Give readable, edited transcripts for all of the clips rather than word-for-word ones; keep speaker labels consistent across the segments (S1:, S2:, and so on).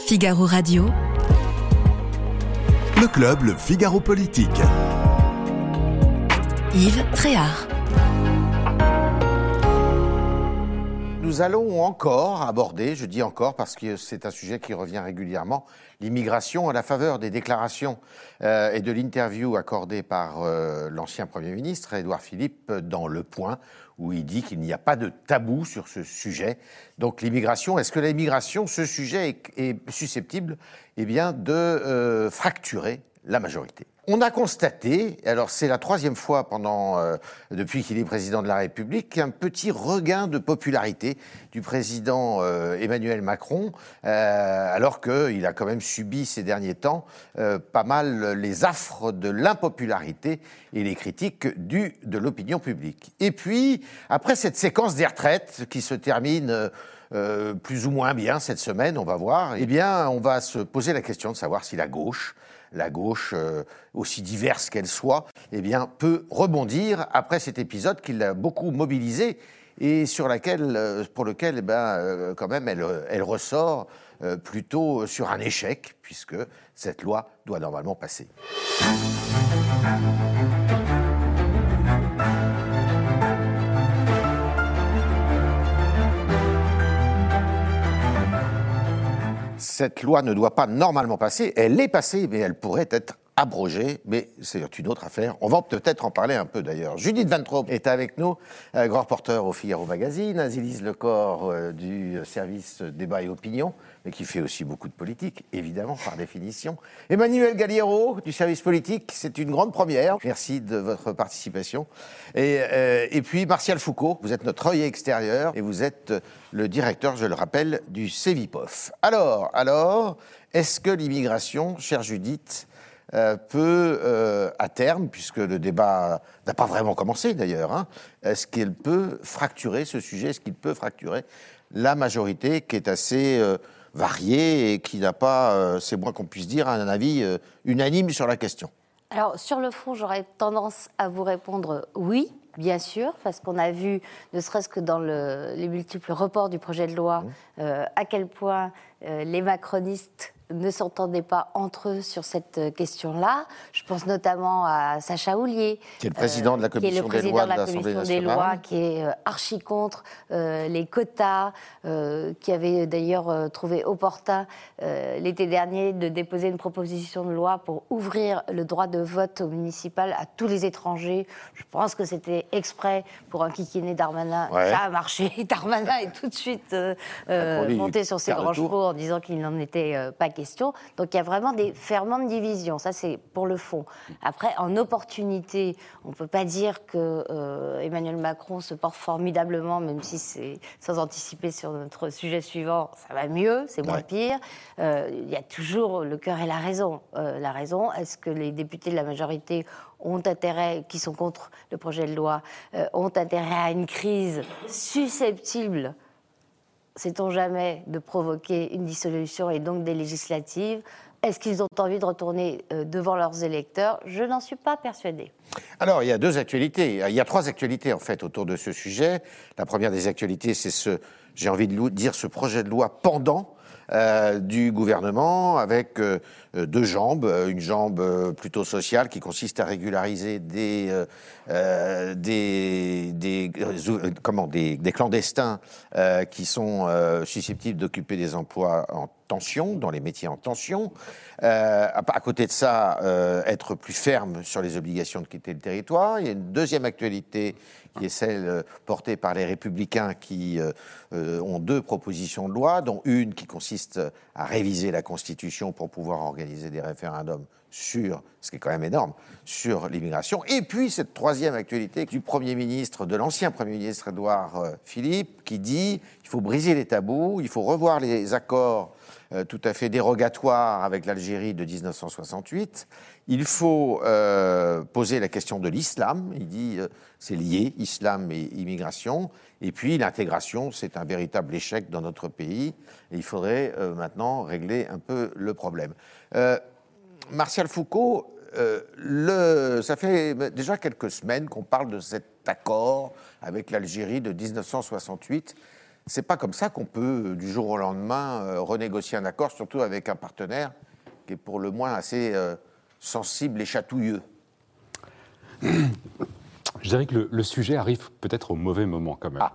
S1: Figaro Radio.
S2: Le club, le Figaro Politique.
S1: Yves Tréhard.
S3: Nous allons encore aborder, je dis encore parce que c'est un sujet qui revient régulièrement, l'immigration à la faveur des déclarations et de l'interview accordée par l'ancien Premier ministre, Édouard Philippe, dans Le Point, où il dit qu'il n'y a pas de tabou sur ce sujet. Donc l'immigration, est-ce que l'immigration, ce sujet est susceptible de fracturer la majorité ? On a constaté, alors c'est la troisième fois depuis qu'il est président de la République, un petit regain de popularité du président Emmanuel Macron, alors qu'il a quand même subi ces derniers temps pas mal les affres de l'impopularité et les critiques de l'opinion publique. Et puis, après cette séquence des retraites qui se termine plus ou moins bien cette semaine, on va voir, on va se poser la question de savoir si la gauche, aussi diverse qu'elle soit, peut rebondir après cet épisode qui l'a beaucoup mobilisé et pour lequel, quand même, elle ressort plutôt sur un échec, puisque cette loi doit normalement passer. Cette loi ne doit pas normalement passer. Elle est passée, mais elle pourrait être abrogée. Mais c'est une autre affaire. On va peut-être en parler un peu d'ailleurs. Judith Van Trop est avec nous, grand reporter au Figaro Magazine. Azélise Lecor du service Débat et Opinion, mais qui fait aussi beaucoup de politique, évidemment, par définition. Emmanuel Galliero du service politique, c'est une grande première. Merci de votre participation. Et puis Martial Foucault, vous êtes notre œil extérieur et vous êtes le directeur, je le rappelle, du Cevipof. Alors, est-ce que l'immigration, chère Judith, peut, à terme, puisque le débat n'a pas vraiment commencé d'ailleurs, est-ce qu'elle peut fracturer ce sujet, est-ce qu'il peut fracturer la majorité qui est assez variée et qui n'a pas, c'est moins qu'on puisse dire, un avis unanime sur la question?
S4: Alors, sur le fond, j'aurais tendance à vous répondre oui, bien sûr, parce qu'on a vu, ne serait-ce que dans les multiples reports du projet de loi, à quel point les macronistes ne s'entendaient pas entre eux sur cette question-là. Je pense notamment à Sacha Houlié,
S3: qui est le président de la commission des lois de l'Assemblée nationale,
S4: qui est archi contre les quotas, qui avait d'ailleurs trouvé opportun l'été dernier de déposer une proposition de loi pour ouvrir le droit de vote au municipal à tous les étrangers. Je pense que c'était exprès pour enquiquiner Darmanin. Ouais. Ça a marché. Darmanin est tout de suite monté sur ses grands chevaux en disant qu'il n'en était pas question. Donc il y a vraiment des ferments de division. Ça, c'est pour le fond. Après, en opportunité, on ne peut pas dire que Emmanuel Macron se porte formidablement, même si c'est sans anticiper sur notre sujet suivant, ça va mieux, c'est moins pire. Il y a toujours le cœur et la raison. La raison, est-ce que les députés de la majorité ont intérêt, qui sont contre le projet de loi, ont intérêt à une crise susceptible, sait-on jamais, de provoquer une dissolution et donc des législatives? Est-ce qu'ils ont envie de retourner devant leurs électeurs? Je n'en suis pas persuadée.
S3: Alors, il y a trois actualités, en fait, autour de ce sujet. La première des actualités, c'est j'ai envie de dire, ce projet de loi pendant du gouvernement, avec deux jambes. Une jambe plutôt sociale qui consiste à régulariser des clandestins qui sont susceptibles d'occuper des emplois en tension, dans les métiers en tension. À côté de ça, être plus ferme sur les obligations de quitter le territoire. Il y a une deuxième actualité qui est celle portée par les Républicains qui ont deux propositions de loi, dont une qui consiste à réviser la Constitution pour pouvoir organiser des référendums sur, ce qui est quand même énorme, sur l'immigration. Et puis cette troisième actualité de l'ancien Premier ministre Édouard Philippe, qui dit qu'il faut briser les tabous, il faut revoir les accords tout à fait dérogatoires avec l'Algérie de 1968. Il faut poser la question de l'islam. Il dit c'est lié, islam et immigration. Et puis l'intégration, c'est un véritable échec dans notre pays. Et il faudrait maintenant régler un peu le problème. Martial Foucault, ça fait déjà quelques semaines qu'on parle de cet accord avec l'Algérie de 1968. c'est pas comme ça qu'on peut, du jour au lendemain, renégocier un accord, surtout avec un partenaire qui est pour le moins assez sensible et chatouilleux.
S1: Je dirais que le sujet arrive peut-être au mauvais moment quand même.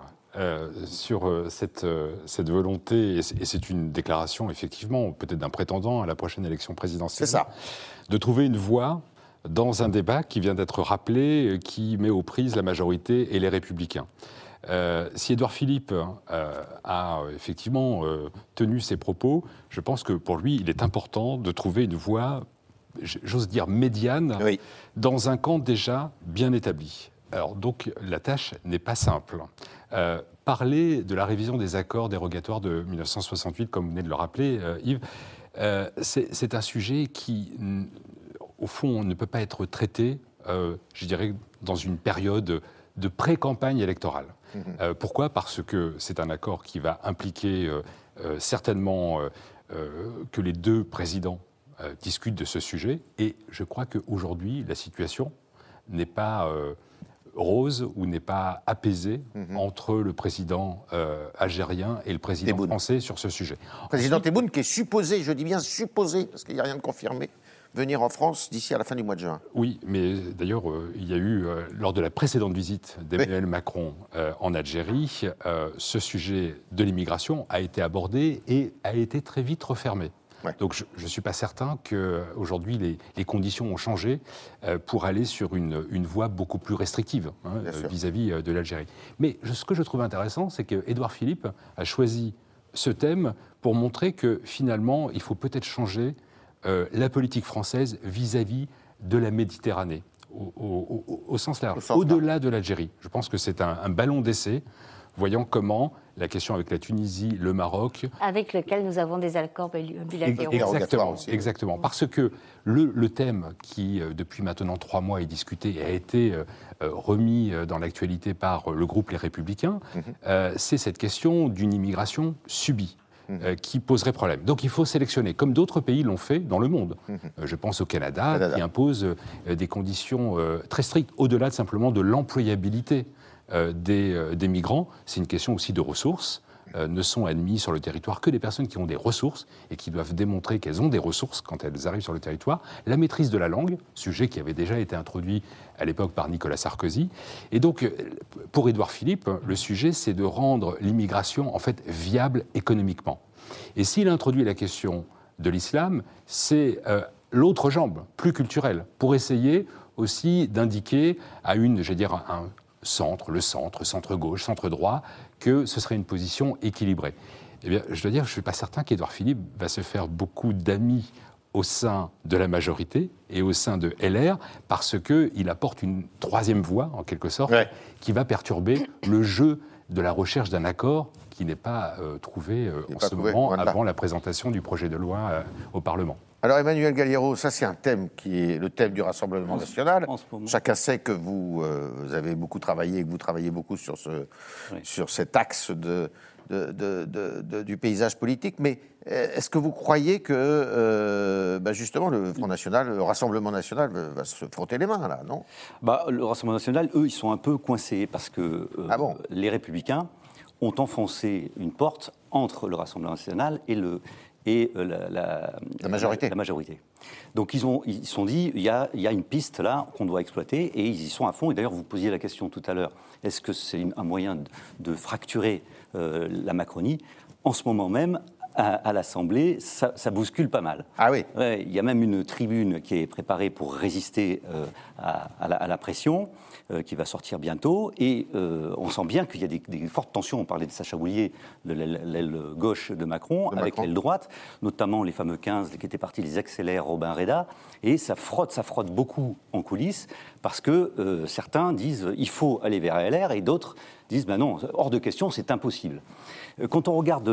S1: Sur cette volonté, et c'est une déclaration effectivement peut-être d'un prétendant à la prochaine élection présidentielle,
S3: c'est ça,
S1: de trouver une voie dans un débat qui vient d'être rappelé, qui met aux prises la majorité et les Républicains. Si Édouard Philippe a effectivement tenu ses propos, je pense que pour lui, il est important de trouver une voie, j'ose dire médiane,
S3: oui,
S1: dans un camp déjà bien établi. Alors donc la tâche n'est pas simple. Parler de la révision des accords dérogatoires de 1968, comme vous venez de le rappeler, Yves, c'est un sujet qui, au fond, ne peut pas être traité, je dirais, dans une période de pré-campagne électorale. Pourquoi ? Parce que c'est un accord qui va impliquer certainement que les deux présidents discutent de ce sujet. Et je crois qu'aujourd'hui, la situation n'est pas rose ou n'est pas apaisée entre le président algérien et le président
S3: Tebboune.
S1: français sur ce sujet.
S3: Le président Tebboune qui est supposé, je dis bien supposé, parce qu'il n'y a rien de confirmé, venir en France d'ici à la fin du mois de juin.
S1: Oui, mais d'ailleurs, il y a eu, lors de la précédente visite d'Emmanuel Macron en Algérie, ce sujet de l'immigration a été abordé et a été très vite refermé. Ouais. Donc je ne suis pas certain qu'aujourd'hui les conditions ont changé pour aller sur une voie beaucoup plus restrictive vis-à-vis de l'Algérie. Mais ce que je trouve intéressant, c'est qu'Édouard Philippe a choisi ce thème pour montrer que finalement, il faut peut-être changer la politique française vis-à-vis de la Méditerranée, au sens large, au-delà de l'Algérie. Je pense que c'est un ballon d'essai, voyant comment la question avec la Tunisie, le Maroc...
S4: Avec lequel nous avons des accords bilatéraux.
S1: Exactement. Parce que le thème qui, depuis maintenant 3 mois, est discuté et a été remis dans l'actualité par le groupe Les Républicains, c'est cette question d'une immigration subie. Qui poserait problème. Donc il faut sélectionner, comme d'autres pays l'ont fait dans le monde. Je pense au Canada, qui impose des conditions très strictes, au-delà simplement de l'employabilité des migrants. C'est une question aussi de ressources. Ne sont admis sur le territoire que les personnes qui ont des ressources et qui doivent démontrer qu'elles ont des ressources quand elles arrivent sur le territoire. La maîtrise de la langue, sujet qui avait déjà été introduit à l'époque par Nicolas Sarkozy. Et donc, pour Édouard Philippe, le sujet, c'est de rendre l'immigration, en fait, viable économiquement. Et s'il introduit la question de l'islam, c'est l'autre jambe, plus culturelle, pour essayer aussi d'indiquer à un centre-gauche, centre-droit, que ce serait une position équilibrée. Eh bien, je dois dire que je ne suis pas certain qu'Édouard Philippe va se faire beaucoup d'amis au sein de la majorité et au sein de LR, parce qu'il apporte une troisième voie, en quelque sorte, qui va perturber le jeu de la recherche d'un accord qui n'est pas trouvé en ce moment, avant la présentation du projet de loi au Parlement.
S3: Alors Emmanuel Galiero, ça c'est un thème qui est le thème du Rassemblement national. Chacun sait que vous avez beaucoup travaillé et que vous travaillez beaucoup sur cet axe du paysage politique. Mais est-ce que vous croyez que justement le Front National, le Rassemblement national va se frotter les mains là, non ?
S5: Le Rassemblement national, eux, ils sont un peu coincés parce que les Républicains ont enfoncé une porte entre le Rassemblement national et la majorité. Donc ils se sont dit, il y a une piste là qu'on doit exploiter et ils y sont à fond. Et d'ailleurs, vous posiez la question tout à l'heure, est-ce que c'est un moyen de fracturer la Macronie ? En ce moment même, à l'Assemblée, ça bouscule pas mal.
S3: Ah oui.
S5: Il y a même une tribune qui est préparée pour résister à la pression, qui va sortir bientôt. Et on sent bien qu'il y a des fortes tensions. On parlait de Sacha Houlié, de l'aile gauche de Macron, avec l'aile droite, notamment les fameux 15 qui étaient partis des ex-LR, Robin Reda. Et ça frotte beaucoup en coulisses, parce que certains disent il faut aller vers LR, et d'autres disent non, hors de question, c'est impossible. Quand on regarde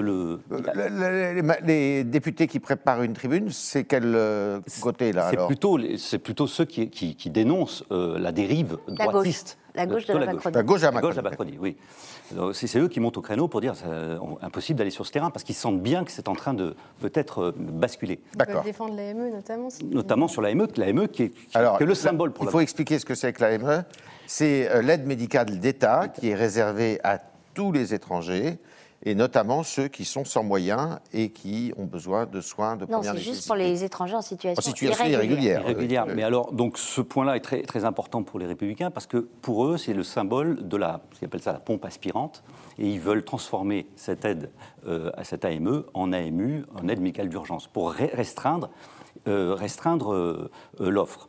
S3: les députés qui préparent une tribune, c'est quel côté là alors ?
S5: C'est plutôt ceux qui dénoncent la dérive droitiste.
S4: La gauche de la Macronie.
S3: La gauche de la
S5: Macronie, oui. C'est eux qui montent au créneau pour dire c'est impossible d'aller sur ce terrain, parce qu'ils sentent bien que c'est en train de peut-être basculer.
S6: D'accord. Ils peuvent défendre l'AME notamment.
S5: Notamment sur l'AME qui est le symbole pour
S3: il faut expliquer ce que c'est que l'AME. C'est l'aide médicale d'État qui est réservée à tous les étrangers et notamment ceux qui sont sans moyens et qui ont besoin de soins de première nécessité.
S4: Non, c'est juste pour les étrangers en situation
S3: irrégulière.
S5: Irrégulière. Mais alors, donc, ce point-là est très, très important pour les Républicains parce que pour eux, c'est le symbole de ce qu'ils appellent ça la pompe aspirante, et ils veulent transformer cette aide à cette AME en AMU, en aide médicale d'urgence, pour restreindre l'offre.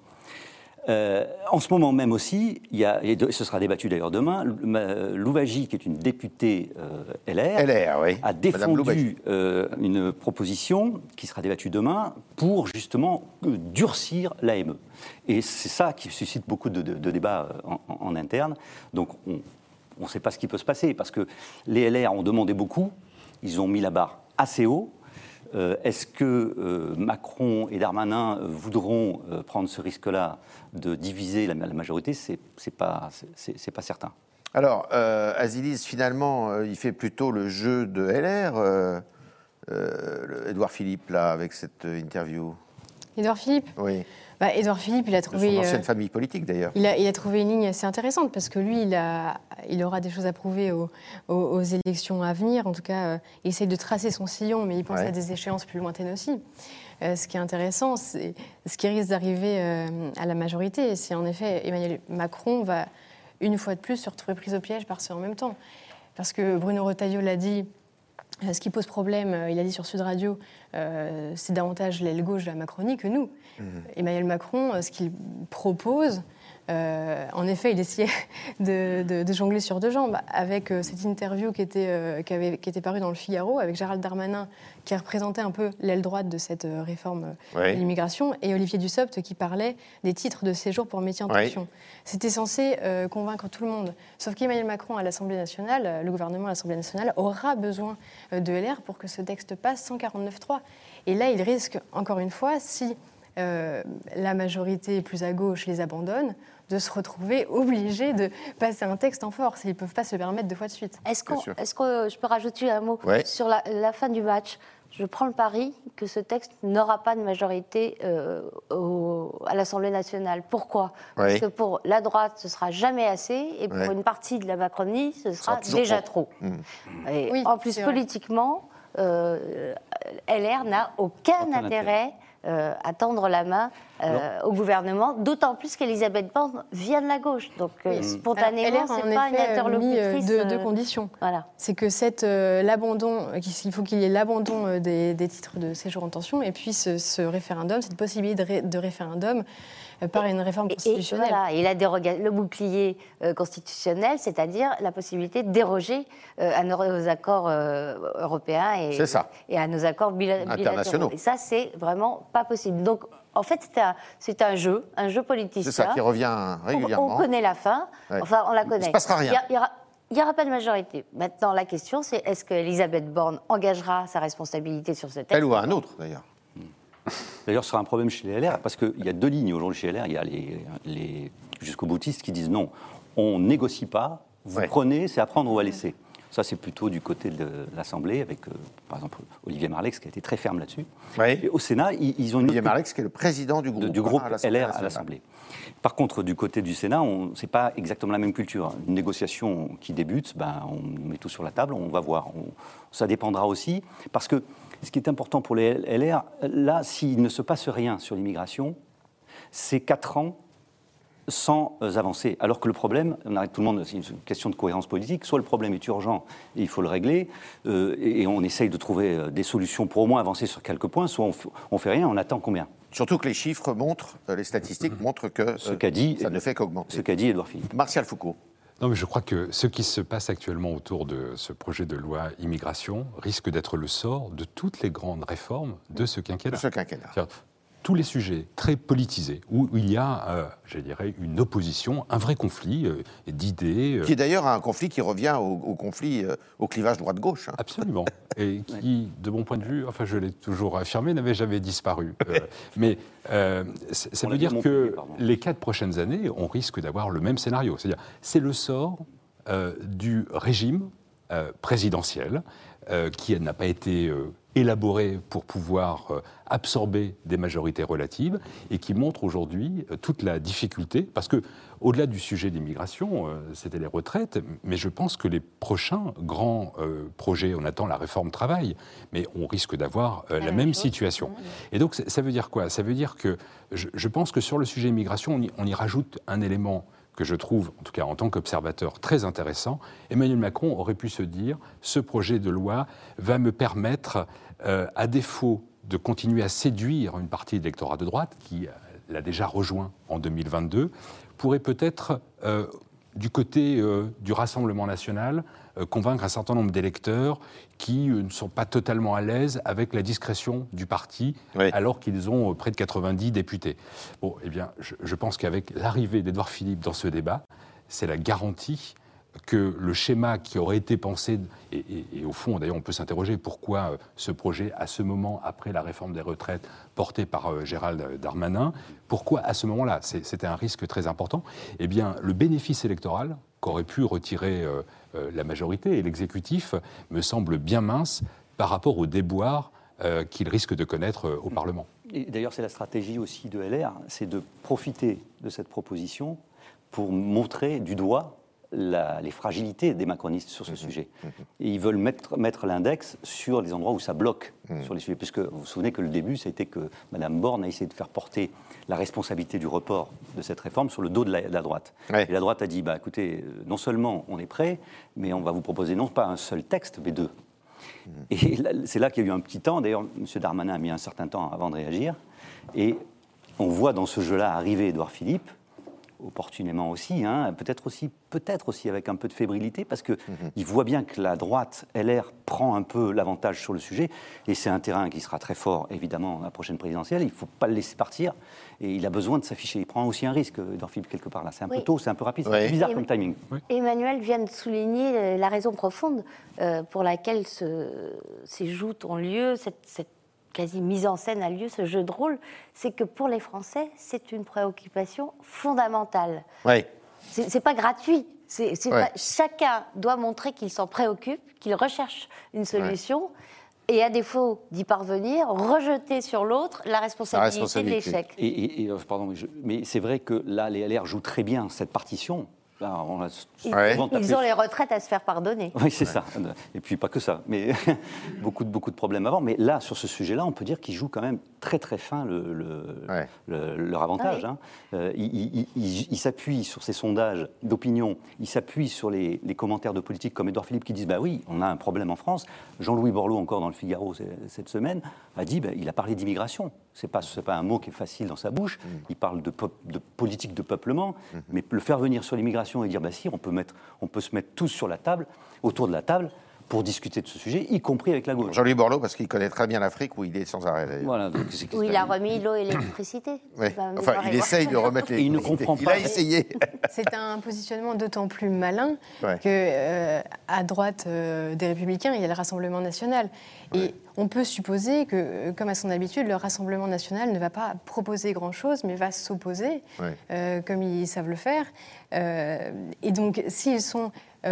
S5: En ce moment même aussi, et ce sera débattu d'ailleurs demain, Louwagie, qui est une députée LR,
S3: oui.
S5: a défendu une proposition qui sera débattue demain pour justement durcir l'AME. Et c'est ça qui suscite beaucoup de débats en interne. Donc on ne sait pas ce qui peut se passer, parce que les LR ont demandé beaucoup, ils ont mis la barre assez haut. Est-ce que Macron et Darmanin voudront prendre ce risque-là de diviser la majorité? C'est pas certain.
S3: Alors, Azilis, finalement, il fait plutôt le jeu de LR, Édouard Philippe, là, avec cette interview.
S6: Édouard Philippe?
S3: Oui.
S6: Édouard Philippe, il a trouvé...
S3: De son ancienne famille politique, d'ailleurs.
S6: Il a trouvé une ligne assez intéressante, parce que lui, il aura des choses à prouver aux élections à venir. En tout cas, il essaye de tracer son sillon, mais il pense à des échéances plus lointaines aussi. Ce qui est intéressant, c'est ce qui risque d'arriver à la majorité. C'est en effet, Emmanuel Macron va, une fois de plus, se retrouver pris au piège par ceux en même temps. Parce que Bruno Retailleau l'a dit, ce qui pose problème, il a dit sur Sud Radio, c'est davantage l'aile gauche de la Macronie que nous. Emmanuel Macron, ce qu'il propose, en effet, il essayait de jongler sur deux jambes. Avec cette interview qui était parue dans le Figaro, avec Gérald Darmanin, qui représentait un peu l'aile droite de cette réforme de l'immigration, et Olivier Dussopt qui parlait des titres de séjour pour métiers en tension. C'était censé convaincre tout le monde. Sauf qu'Emmanuel Macron, à l'Assemblée nationale, le gouvernement à l'Assemblée nationale, aura besoin de LR pour que ce texte passe sans 49.3. Et là, il risque, encore une fois, si la majorité plus à gauche les abandonne, de se retrouver obligés de passer un texte en force. Ils ne peuvent pas se permettre deux fois de suite.
S4: Est-ce que je peux rajouter un mot sur la fin du match? Je prends le pari que ce texte n'aura pas de majorité à l'Assemblée nationale. Pourquoi? Parce que pour la droite, ce ne sera jamais assez, et pour une partie de la Macronie, ce sera déjà trop. Et en plus, politiquement, LR n'a aucun intérêt à tendre la main au gouvernement, d'autant plus qu'Elisabeth Borne vient de la gauche. Donc, spontanément, ce n'est pas une interlocutrice.
S6: Deux conditions. Voilà. C'est que l'abandon, il faut qu'il y ait l'abandon des titres de séjour en tension, et puis ce référendum, cette possibilité de référendum par une réforme constitutionnelle.
S4: Voilà, et le bouclier constitutionnel, c'est-à-dire la possibilité de déroger à nos accords européens et à nos accords bilatéraux. Et ça, c'est vraiment pas possible. Donc, en fait, c'est un jeu politicien.
S3: C'est ça qui revient régulièrement.
S4: On connaît la fin, enfin, on la connaît.
S3: Il ne se passera rien.
S4: Il n'y aura pas de majorité. Maintenant, la question, c'est est-ce qu'Elisabeth Borne engagera sa responsabilité sur ce texte?
S3: Elle ou un autre, d'ailleurs.
S5: D'ailleurs, ce sera un problème chez les LR, parce qu'il y a deux lignes aujourd'hui chez LR. Il y a les jusqu'au boutistes qui disent non, on ne négocie pas, vous prenez, c'est à prendre ou à laisser. Ça, c'est plutôt du côté de l'Assemblée, avec, par exemple, Olivier Marleix, qui a été très ferme là-dessus. Et au Sénat, ils ont une...
S3: Olivier Marleix, qui est le président du groupe
S5: LR à l'Assemblée. Par contre, du côté du Sénat, ce n'est pas exactement la même culture. Une négociation qui débute, on met tout sur la table, on va voir. Ça dépendra aussi, parce que ce qui est important pour les LR, là, s'il ne se passe rien sur l'immigration, c'est 4 ans sans avancer. Alors que le problème, on arrête tout le monde, c'est une question de cohérence politique, soit le problème est urgent et il faut le régler, et on essaye de trouver des solutions pour au moins avancer sur quelques points, soit on fait rien, on attend combien?
S3: Surtout que les chiffres montrent, les statistiques montrent que ça ne fait qu'augmenter.
S5: Ce qu'a dit Édouard Philippe.
S3: Martial Foucault.
S1: Non, mais je crois que ce qui se passe actuellement autour de ce projet de loi immigration risque d'être le sort de toutes les grandes réformes de ce quinquennat. Tous les sujets très politisés, où il y a, je dirais, une opposition, un vrai conflit d'idées.
S3: Qui est d'ailleurs un conflit qui revient au conflit, au clivage droite-gauche.
S1: Absolument. Et qui, de mon point de vue, enfin je l'ai toujours affirmé, n'avait jamais disparu. Mais ça veut dire que les 4 prochaines années, on risque d'avoir le même scénario. C'est-à-dire, c'est le sort du régime présidentiel qui n'a pas été élaboré pour pouvoir absorber des majorités relatives et qui montre aujourd'hui toute la difficulté, parce que au-delà du sujet de l'immigration, c'était les retraites, mais je pense que les prochains grands projets, on attend la réforme travail, mais on risque d'avoir la même situation. Et donc ça veut dire quoi? Ça veut dire que je pense que sur le sujet immigration, on y rajoute un élément que je trouve, en tout cas en tant qu'observateur, très intéressant. Emmanuel Macron aurait pu se dire, ce projet de loi va me permettre, à défaut de continuer à séduire une partie de l'électorat de droite, qui l'a déjà rejoint en 2022, pourrait peut-être, du côté du Rassemblement national, convaincre un certain nombre d'électeurs qui ne sont pas totalement à l'aise avec la discrétion du parti, alors qu'ils ont près de 90 députés. Bon, eh bien, je pense qu'avec l'arrivée d'Édouard Philippe dans ce débat, c'est la garantie que le schéma qui aurait été pensé, et au fond, d'ailleurs, on peut s'interroger pourquoi ce projet, à ce moment, après la réforme des retraites, porté par Gérald Darmanin, pourquoi à ce moment-là, c'était un risque très important, eh bien, le bénéfice électoral qu'aurait pu retirer la majorité et l'exécutif me semble bien mince par rapport au déboire qu'il risque de connaître au Parlement.
S5: Et d'ailleurs, c'est la stratégie aussi de LR, c'est de profiter de cette proposition pour montrer du doigt les fragilités des macronistes sur ce sujet. Et ils veulent mettre l'index sur les endroits où ça bloque sur les sujets. Puisque vous vous souvenez que le début, ça a été que Mme Borne a essayé de faire porter la responsabilité du report de cette réforme sur le dos de la droite. Et la droite a dit, écoutez, non seulement on est prêt, mais on va vous proposer non pas un seul texte, mais deux. Et c'est là qu'il y a eu un petit temps. D'ailleurs, M. Darmanin a mis un certain temps avant de réagir. Et on voit dans ce jeu-là arriver Édouard Philippe, opportunément aussi, peut-être aussi avec un peu de fébrilité, parce qu'il voit bien que la droite, LR, prend un peu l'avantage sur le sujet, et c'est un terrain qui sera très fort, évidemment, à la prochaine présidentielle. Il ne faut pas le laisser partir, et il a besoin de s'afficher. Il prend aussi un risque, Édouard Philippe, quelque part là. C'est un peu tôt, c'est un peu rapide, c'est bizarre comme timing.
S4: Emmanuel vient de souligner la raison profonde pour laquelle ces joutes ont lieu, cette quasi mise en scène a lieu, ce jeu de rôle, c'est que pour les Français, c'est une préoccupation fondamentale. C'est pas gratuit. Chacun doit montrer qu'il s'en préoccupe, qu'il recherche une solution, et à défaut d'y parvenir, rejeter sur l'autre la responsabilité de l'échec.
S5: Pardon, mais c'est vrai que là, les LR jouent très bien cette partition.
S4: Ils ont les retraites à se faire pardonner.
S5: Oui, c'est ça. Et puis pas que ça, mais beaucoup de problèmes avant. Mais là, sur ce sujet-là, on peut dire qu'ils jouent quand même très très fin leur avantage. Ils s'appuient sur ces sondages d'opinion, ils s'appuient sur les commentaires de politiques comme Édouard Philippe qui disent oui, on a un problème en France. Jean-Louis Borloo, encore dans le Figaro cette semaine, a dit il a parlé d'immigration. C'est pas un mot qui est facile dans sa bouche. Il parle de politique de peuplement, mais le faire venir sur l'immigration et dire si, on peut se mettre tous sur la table, autour de la table, pour discuter de ce sujet, y compris avec la gauche.
S3: Jean-Louis Borloo, parce qu'il connaît très bien l'Afrique, où il est sans arrêt d'ailleurs.
S5: Voilà,
S4: où il a remis l'eau et l'électricité.
S3: Enfin, il essaye de remettre l'électricité.
S5: Il ne comprend pas.
S3: Il a essayé.
S6: C'est un positionnement d'autant plus malin qu'à droite des Républicains, il y a le Rassemblement national. Et on peut supposer que, comme à son habitude, le Rassemblement national ne va pas proposer grand-chose, mais va s'opposer, comme ils savent le faire. Et donc, s'ils sont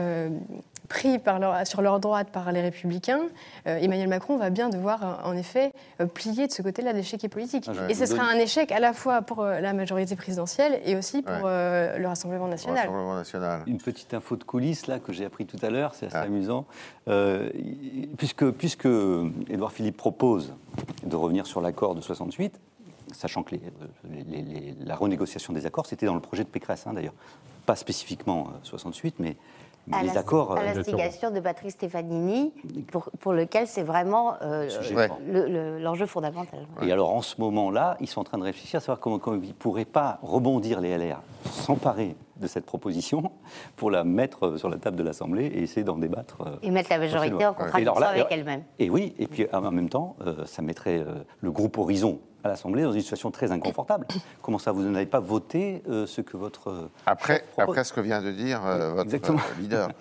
S6: pris sur leur droite par les Républicains, Emmanuel Macron va bien devoir, en effet, plier de ce côté-là l'échec politique. Et ce sera un échec à la fois pour la majorité présidentielle et aussi pour le Rassemblement national.
S5: Une petite info de coulisses là, que j'ai appris tout à l'heure, c'est assez amusant. Puisque Édouard Philippe propose de revenir sur l'accord de 68, sachant que la renégociation des accords, c'était dans le projet de Pécresse, d'ailleurs. Pas spécifiquement 68, mais les accords...
S4: À l'instigation de Patrice Stefanini, pour lequel c'est vraiment l'enjeu fondamental.
S5: Et alors, en ce moment-là, ils sont en train de réfléchir à savoir comment ils ne pourraient pas rebondir, les LR, s'emparer de cette proposition pour la mettre sur la table de l'Assemblée et essayer d'en débattre.
S4: Et mettre la majorité en contradiction avec elle-même.
S5: Et oui, et puis en même temps, ça mettrait le groupe Horizon à l'Assemblée dans une situation très inconfortable. Comment ça, vous n'avez pas voté ce que votre...
S3: Après ce que vient de dire votre leader.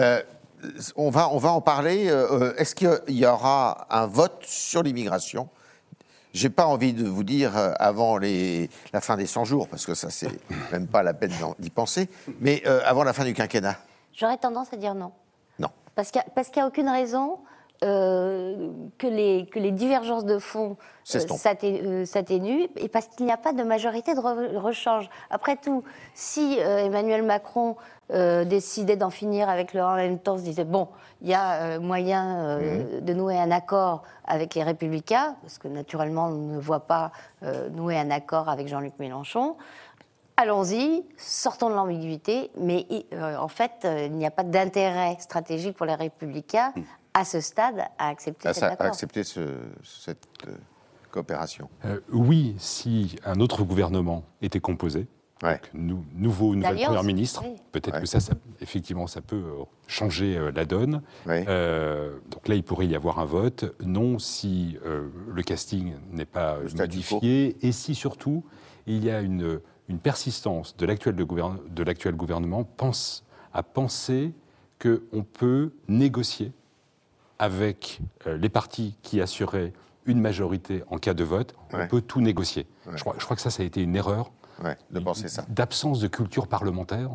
S3: On va en parler. Est-ce qu'il y aura un vote sur l'immigration ? Je n'ai pas envie de vous dire avant la fin des 100 jours, parce que ça, c'est même pas la peine d'y penser, mais avant la fin du quinquennat.
S4: J'aurais tendance à dire non.
S3: Non.
S4: Parce qu'il n'y a aucune raison que les divergences de fond s'atténuent, et parce qu'il n'y a pas de majorité de rechange. Après tout, si Emmanuel Macron décidait d'en finir avec le en même temps, se disait bon, il y a moyen de nouer un accord avec les Républicains, parce que naturellement on ne voit pas nouer un accord avec Jean-Luc Mélenchon. Allons-y, sortons de l'ambiguïté, mais en fait, il n'y a pas d'intérêt stratégique pour les Républicains à ce stade à accepter cet accord.
S3: À accepter cette coopération.
S1: Oui, si un autre gouvernement était composé, nouvelle Première ministre, peut-être que ça, effectivement, ça peut changer la donne. Donc là, il pourrait y avoir un vote. Non, si le casting n'est pas modifié, et si surtout, il y a une persistance de l'actuel gouvernement à penser qu'on peut négocier avec les partis qui assuraient une majorité en cas de vote. On peut tout négocier. Je crois que ça a été une erreur
S3: de penser ça.
S1: D'absence de culture parlementaire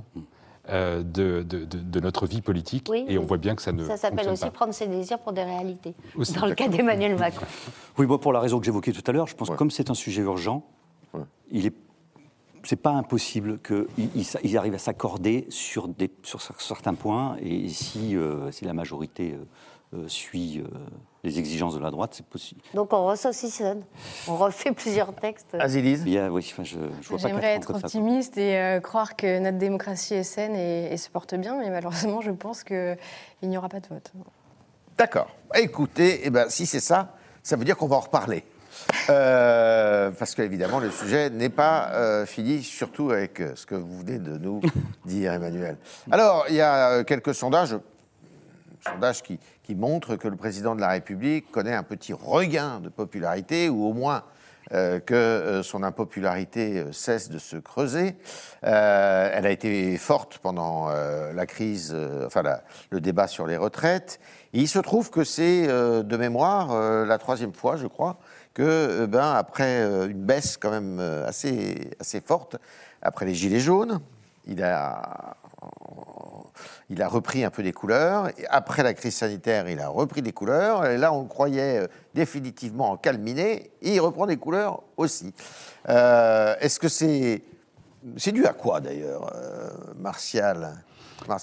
S1: de notre vie politique. Et on voit bien que ça ne
S4: Ça s'appelle aussi
S1: pas.
S4: prendre ses désirs pour des réalités, dans le cas d'Emmanuel Macron.
S5: Oui, pour la raison que j'évoquais tout à l'heure, je pense que comme c'est un sujet urgent, c'est pas impossible qu'ils arrivent à s'accorder sur certains points, et si la majorité suit les exigences de la droite, c'est possible.
S4: Donc on ressaucissonne, on refait plusieurs textes.
S3: Azilise ?
S5: Je vois pas
S6: J'aimerais être optimiste et croire que notre démocratie est saine et se porte bien, mais malheureusement, je pense qu'il n'y aura pas de vote.
S3: D'accord. Écoutez, si c'est ça, ça veut dire qu'on va en reparler. Parce qu'évidemment, le sujet n'est pas fini, surtout avec ce que vous venez de nous dire, Emmanuel. Alors, il y a quelques sondages qui montrent que le président de la République connaît un petit regain de popularité, ou au moins que son impopularité cesse de se creuser. Elle a été forte pendant la crise, le débat sur les retraites. Et il se trouve que c'est, de mémoire, la troisième fois, je crois, que, après une baisse quand même assez forte, après les Gilets jaunes, il a repris un peu des couleurs. Et après la crise sanitaire, il a repris des couleurs. Et là, on le croyait définitivement en calminé. Et il reprend des couleurs aussi. Est-ce que c'est dû à quoi, d'ailleurs, Martial Foucault ?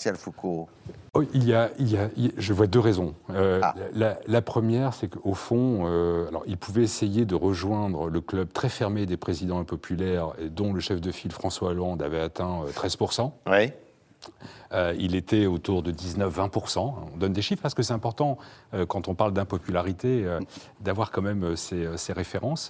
S1: Je vois deux raisons. La première, c'est qu'au fond, il pouvait essayer de rejoindre le club très fermé des présidents impopulaires, dont le chef de file François Hollande avait atteint 13%.
S3: Oui.
S1: Il était autour de 19-20%. On donne des chiffres parce que c'est important, quand on parle d'impopularité, d'avoir quand même ces références.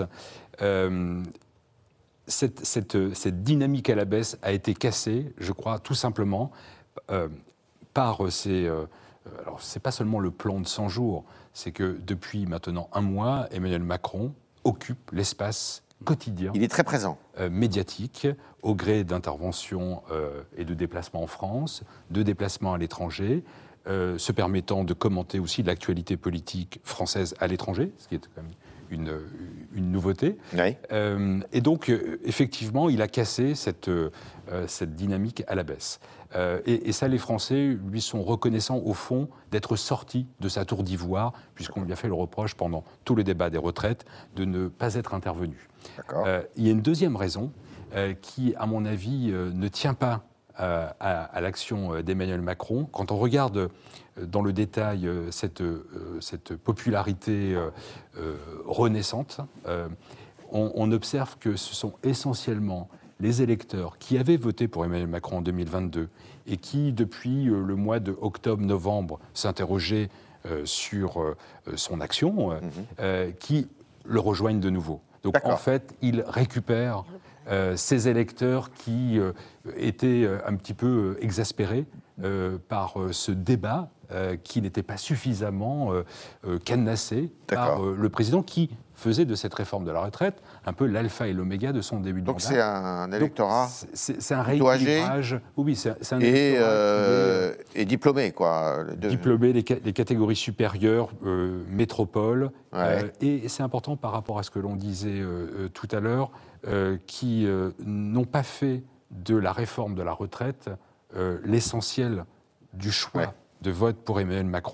S1: Cette dynamique à la baisse a été cassée, je crois, tout simplement par alors, c'est pas seulement le plan de 100 jours, c'est que depuis maintenant un mois, Emmanuel Macron occupe l'espace quotidien.
S3: Il est très présent.
S1: Médiatique, au gré d'interventions et de déplacements en France, de déplacements à l'étranger, se permettant de commenter aussi l'actualité politique française à l'étranger, ce qui est quand même une nouveauté.
S3: Oui.
S1: Et donc, effectivement, il a cassé cette dynamique à la baisse. Et ça, les Français lui sont reconnaissants, au fond, d'être sorti de sa tour d'ivoire, puisqu'on lui a fait le reproche pendant tout le débat des retraites de ne pas être intervenu. Il y a une deuxième raison qui, à mon avis, ne tient pas à l'action d'Emmanuel Macron. Quand on regarde dans le détail cette popularité renaissante, on observe que ce sont essentiellement les électeurs qui avaient voté pour Emmanuel Macron en 2022 et qui, depuis le mois de octobre-novembre, s'interrogeaient sur son action, qui le rejoignent de nouveau. Donc, en fait, il récupère ces électeurs qui étaient un petit peu exaspérés par ce débat qui n'était pas suffisamment cadenassé par le président, qui faisait de cette réforme de la retraite un peu l'alpha et l'oméga de son début de mandat.
S3: Donc c'est un électorat
S1: c'est un rééquilibrage. Oui, c'est un
S3: électorat et diplômé, quoi.
S1: Diplômé, les catégories supérieures, métropole. Et c'est important par rapport à ce que l'on disait tout à l'heure, qui n'ont pas fait de la réforme de la retraite l'essentiel du choix de vote pour Emmanuel Macron.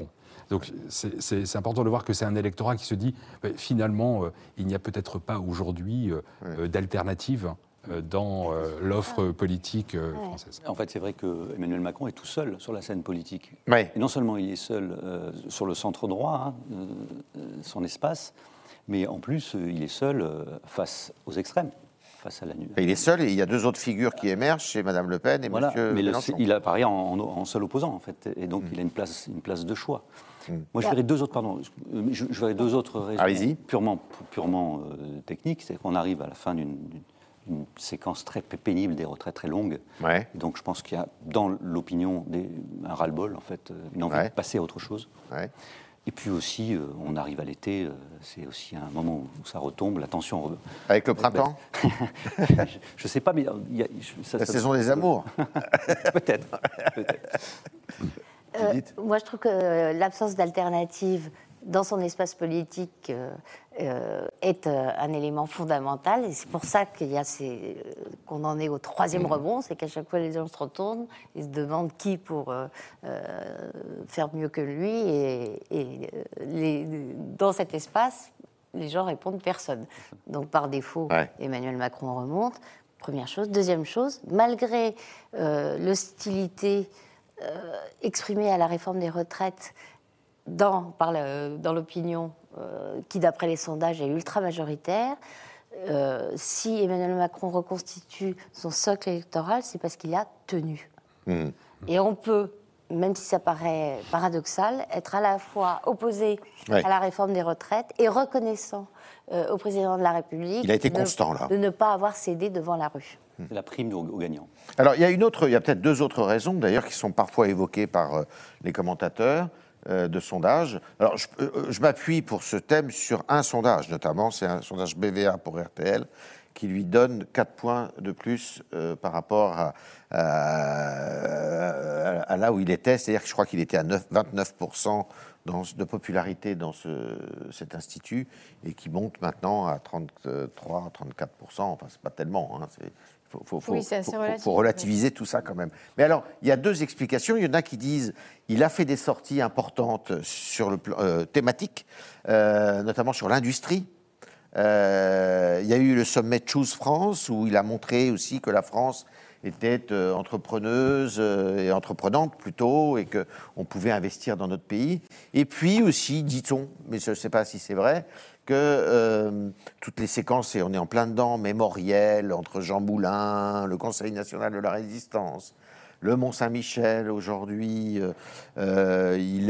S1: Donc c'est important de voir que c'est un électorat qui se dit, finalement, il n'y a peut-être pas aujourd'hui d'alternative dans l'offre politique française.
S5: En fait, c'est vrai que Emmanuel Macron est tout seul sur la scène politique.
S3: Ouais.
S5: Et non seulement il est seul sur le centre droit, son espace, mais en plus, il est seul face aux extrêmes, face à la nuit.
S3: Il est seul et il y a deux autres figures qui émergent chez Mme Le Pen et
S5: Voilà,
S3: M.
S5: mais
S3: Mélenchon.
S5: il apparaît en seul opposant, en fait, et donc il a une place de choix. Moi, je verrais deux autres raisons purement techniques. C'est qu'on arrive à la fin d'une séquence très pénible, des retraites très longues.
S3: Ouais.
S5: Donc je pense qu'il y a dans l'opinion un ras-le-bol, en fait, une envie de passer à autre chose.
S3: Ouais.
S5: Et puis aussi, on arrive à l'été, c'est aussi un moment où ça retombe, la tension...
S3: Avec le printemps
S5: Je ne sais pas, mais...
S3: La saison des amours.
S5: Peut-être.
S4: Moi, je trouve que l'absence d'alternative dans son espace politique est un élément fondamental. Et c'est pour ça qu'on en est au troisième rebond. C'est qu'à chaque fois, les gens se retournent et se demandent qui pour faire mieux que lui. Dans cet espace, les gens répondent personne. Donc, par défaut, Emmanuel Macron remonte. Première chose. Deuxième chose, malgré l'hostilité exprimée à la réforme des retraites dans l'opinion qui, d'après les sondages, est ultra majoritaire, si Emmanuel Macron reconstitue son socle électoral, c'est parce qu'il a tenu. Et on peut, même si ça paraît paradoxal, être à la fois opposé à la réforme des retraites et reconnaissant au président de la République
S3: il a été constant, là.
S4: de ne pas avoir cédé devant la rue.
S5: C'est la prime aux gagnants.
S3: Alors, il y a peut-être deux autres raisons, d'ailleurs, qui sont parfois évoquées par les commentateurs de sondages. Alors, je m'appuie pour ce thème sur un sondage, notamment, c'est un sondage BVA pour RTL, qui lui donne 4 points de plus par rapport à là où il était. C'est-à-dire que je crois qu'il était à 29% de popularité dans cet institut et qui monte maintenant à 33-34%. Enfin, c'est pas tellement. Hein, faut relativiser tout ça quand même. Mais alors, il y a deux explications. Il y en a qui disent il a fait des sorties importantes sur le plan thématique, notamment sur l'industrie. Il y a eu le sommet Choose France où il a montré aussi que la France était entrepreneuse et entreprenante plutôt et qu'on pouvait investir dans notre pays. Et puis aussi, dit-on, mais je ne sais pas si c'est vrai, que toutes les séquences, et on est en plein dedans, mémorielles entre Jean Moulin, le Conseil national de la résistance, le Mont-Saint-Michel aujourd'hui, il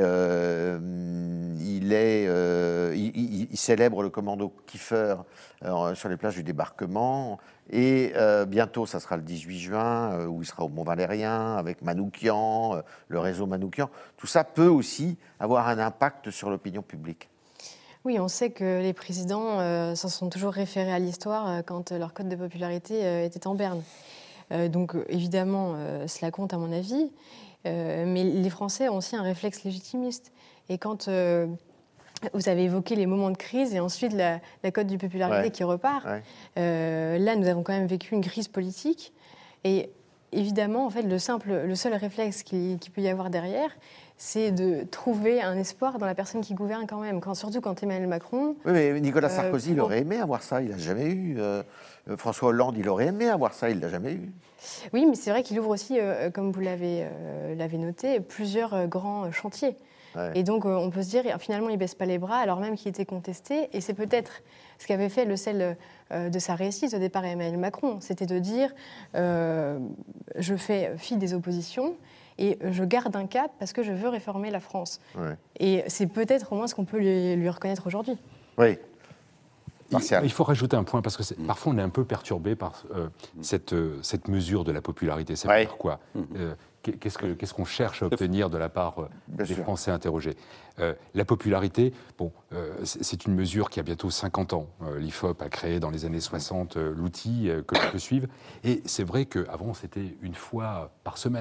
S3: célèbre le commando Kiefer sur les plages du débarquement. Et bientôt, ça sera le 18 juin, où il sera au Mont-Valérien, avec Manoukian, le réseau Manoukian. Tout ça peut aussi avoir un impact sur l'opinion publique.
S6: Oui, on sait que les présidents s'en sont toujours référés à l'histoire quand leur cote de popularité était en berne. Donc évidemment, cela compte à mon avis, mais les Français ont aussi un réflexe légitimiste. Et quand vous avez évoqué les moments de crise et ensuite la cote de popularité qui repart, là nous avons quand même vécu une crise politique. Et évidemment, en fait, le seul réflexe qu'il peut y avoir derrière, c'est de trouver un espoir dans la personne qui gouverne quand même, surtout quand Emmanuel Macron...
S3: Oui, mais Nicolas Sarkozy, il aurait aimé avoir ça, il ne l'a jamais eu. François Hollande, il aurait aimé avoir ça, il ne l'a jamais eu.
S6: Oui, mais c'est vrai qu'il ouvre aussi, comme vous l'avez noté, plusieurs grands chantiers. Ouais. Et donc, on peut se dire, finalement, il ne baisse pas les bras, alors même qu'il était contesté. Et c'est peut-être ce qui avait fait le sel de sa réussite au départ à Emmanuel Macron. C'était de dire, je fais fi des oppositions et je garde un cap parce que je veux réformer la France. Ouais. Et c'est peut-être au moins ce qu'on peut lui reconnaître aujourd'hui.
S3: Oui.
S1: Il faut rajouter un point, parce que parfois on est un peu perturbé par cette mesure de la popularité. Ça veut dire quoi ? Qu'est-ce qu'on cherche à obtenir de la part des Français interrogés ? La popularité, c'est une mesure qui a bientôt 50 ans. L'IFOP a créé dans les années 60 l'outil que l'on peut suivre. Et c'est vrai qu'avant, c'était une fois par semestre.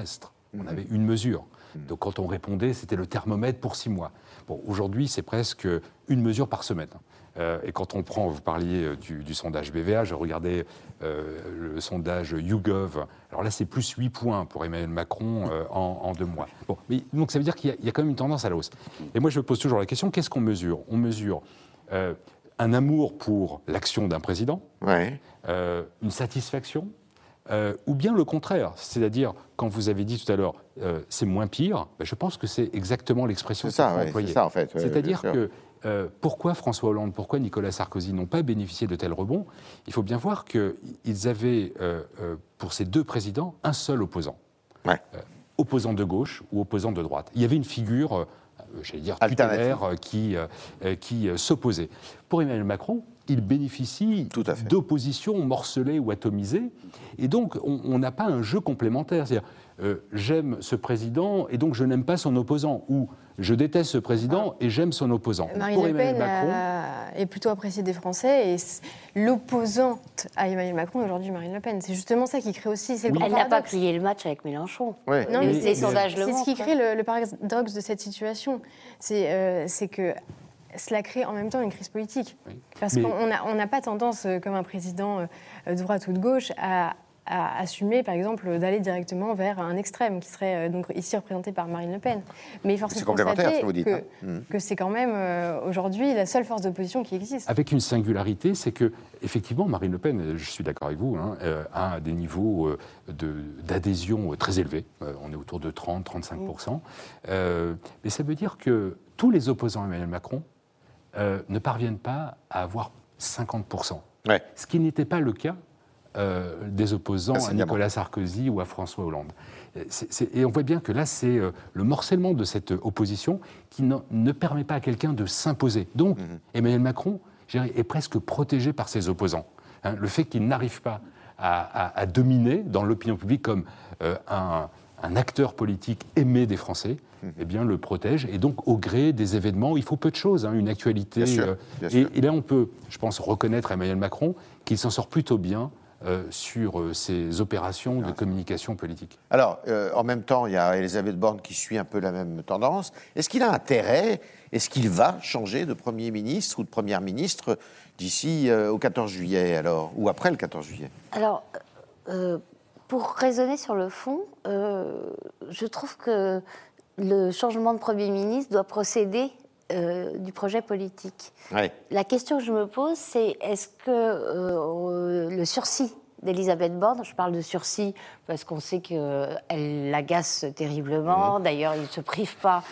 S1: On avait une mesure. Donc quand on répondait, c'était le thermomètre pour 6 mois. Bon, aujourd'hui, c'est presque une mesure par semaine. Et quand on prend, vous parliez du sondage BVA, je regardais le sondage YouGov. Alors là, c'est plus 8 points pour Emmanuel Macron en 2 mois. Bon, mais, donc ça veut dire qu'il y a quand même une tendance à la hausse. Et moi, je me pose toujours la question, qu'est-ce qu'on mesure ? On mesure un amour pour l'action d'un président, une satisfaction, ou bien le contraire, c'est-à-dire, quand vous avez dit tout à l'heure, c'est moins pire, ben je pense que c'est exactement l'expression qu'il faut employer.
S3: C'est ça, en fait.
S1: C'est-à-dire que pourquoi François Hollande, pourquoi Nicolas Sarkozy n'ont pas bénéficié de tels rebonds ? Il faut bien voir qu'ils avaient, pour ces 2 présidents, un seul opposant. Opposant de gauche ou opposant de droite. Il y avait une figure, j'allais dire, tutélaire qui s'opposait. Pour Emmanuel Macron, il bénéficie d'oppositions morcelées ou atomisées, et donc on n'a pas un jeu complémentaire. C'est-à-dire, j'aime ce président et donc je n'aime pas son opposant, ou je déteste ce président et j'aime son opposant.
S6: Marine Le Pen est plutôt appréciée des Français, et l'opposante à Emmanuel Macron aujourd'hui, Marine Le Pen. C'est justement ça qui crée aussi...
S4: Elle n'a pas plié le match avec Mélenchon.
S6: Non, mais
S4: les sondages le montrent.
S6: C'est ce qui crée le paradoxe de cette situation. C'est que cela crée en même temps une crise politique. Parce qu'on n'a pas tendance, comme un président de droite ou de gauche, à assumer, par exemple, d'aller directement vers un extrême, qui serait donc ici représenté par Marine Le Pen. Mais force est de constater que c'est quand même aujourd'hui la seule force d'opposition qui existe.
S1: Avec une singularité, c'est que, effectivement, Marine Le Pen, je suis d'accord avec vous, a des niveaux d'adhésion très élevés. On est autour de 30-35%. Mais ça veut dire que tous les opposants à Emmanuel Macron ne parviennent pas à avoir 50%. Ce qui n'était pas le cas des opposants à Nicolas Sarkozy ou à François Hollande. Et on voit bien que là, c'est le morcellement de cette opposition qui ne permet pas à quelqu'un de s'imposer. Donc, Emmanuel Macron, je dirais, est presque protégé par ses opposants. Le fait qu'il n'arrive pas à dominer dans l'opinion publique comme un acteur politique aimé des Français, eh bien, le protège. Et donc, au gré des événements, il faut peu de choses, une actualité. Bien sûr. Et là, on peut, je pense, reconnaître à Emmanuel Macron qu'il s'en sort plutôt bien sur ces opérations de communication politique.
S3: Alors, en même temps, il y a Elisabeth Borne qui suit un peu la même tendance. Est-ce qu'il a intérêt, est-ce qu'il va changer de Premier ministre ou de Première ministre d'ici au 14 juillet, alors, ou après le 14 juillet ?
S4: Alors, pour raisonner sur le fond, je trouve que le changement de Premier ministre doit procéder du projet politique. La question que je me pose, c'est est-ce que le sursis d'Elisabeth Borne, je parle de sursis parce qu'on sait qu'elle l'agace terriblement, d'ailleurs il ne se prive pas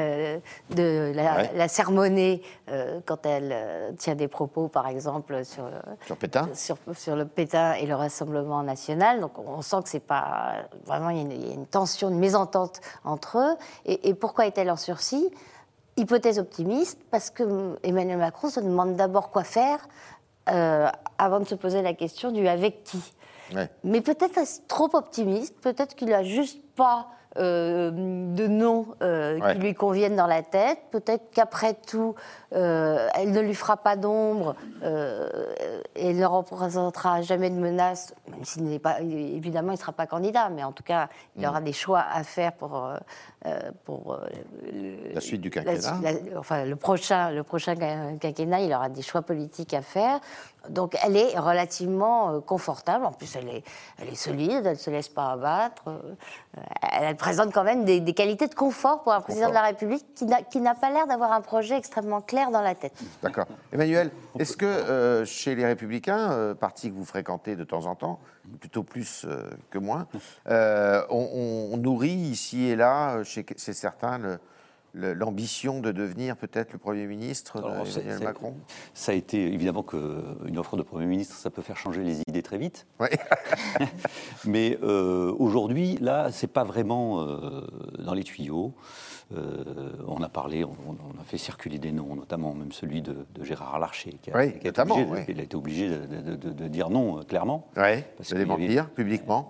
S4: de la sermonner quand elle tient des propos, par exemple, sur
S3: Pétain,
S4: sur le Pétain et le Rassemblement national, donc on sent que c'est pas... Vraiment, il y a une tension, une mésentente entre eux, et pourquoi est-elle en sursis ? Hypothèse optimiste, parce que Emmanuel Macron se demande d'abord quoi faire avant de se poser la question du avec qui. Mais peut-être est-ce trop optimiste, peut-être qu'il n'a juste pas de noms qui lui conviennent dans la tête, peut-être qu'après tout, elle ne lui fera pas d'ombre et elle ne représentera jamais de menace, même s'il n'est pas, évidemment, il ne sera pas candidat, mais en tout cas, il aura des choix à faire pour
S3: la suite du quinquennat.
S4: Enfin, le prochain quinquennat, il aura des choix politiques à faire. Donc, elle est relativement confortable. En plus, elle est solide, elle ne se laisse pas abattre. Elle présente quand même des qualités de confort pour un président de la République qui n'a pas l'air d'avoir un projet extrêmement clair dans la tête.
S3: D'accord. Emmanuel, est-ce que chez les Républicains, parti que vous fréquentez de temps en temps, plutôt plus que moins, on nourrit ici et là, chez certains, l'ambition de devenir peut-être le Premier ministre d'Emmanuel Macron ?
S5: Ça a été évidemment qu'une offre de Premier ministre, ça peut faire changer les idées très vite. Mais aujourd'hui, là, c'est pas vraiment dans les tuyaux. On a parlé, on a fait circuler des noms, notamment même celui de Gérard Larcher, qui a été obligé de dire non clairement.
S3: De démentir publiquement.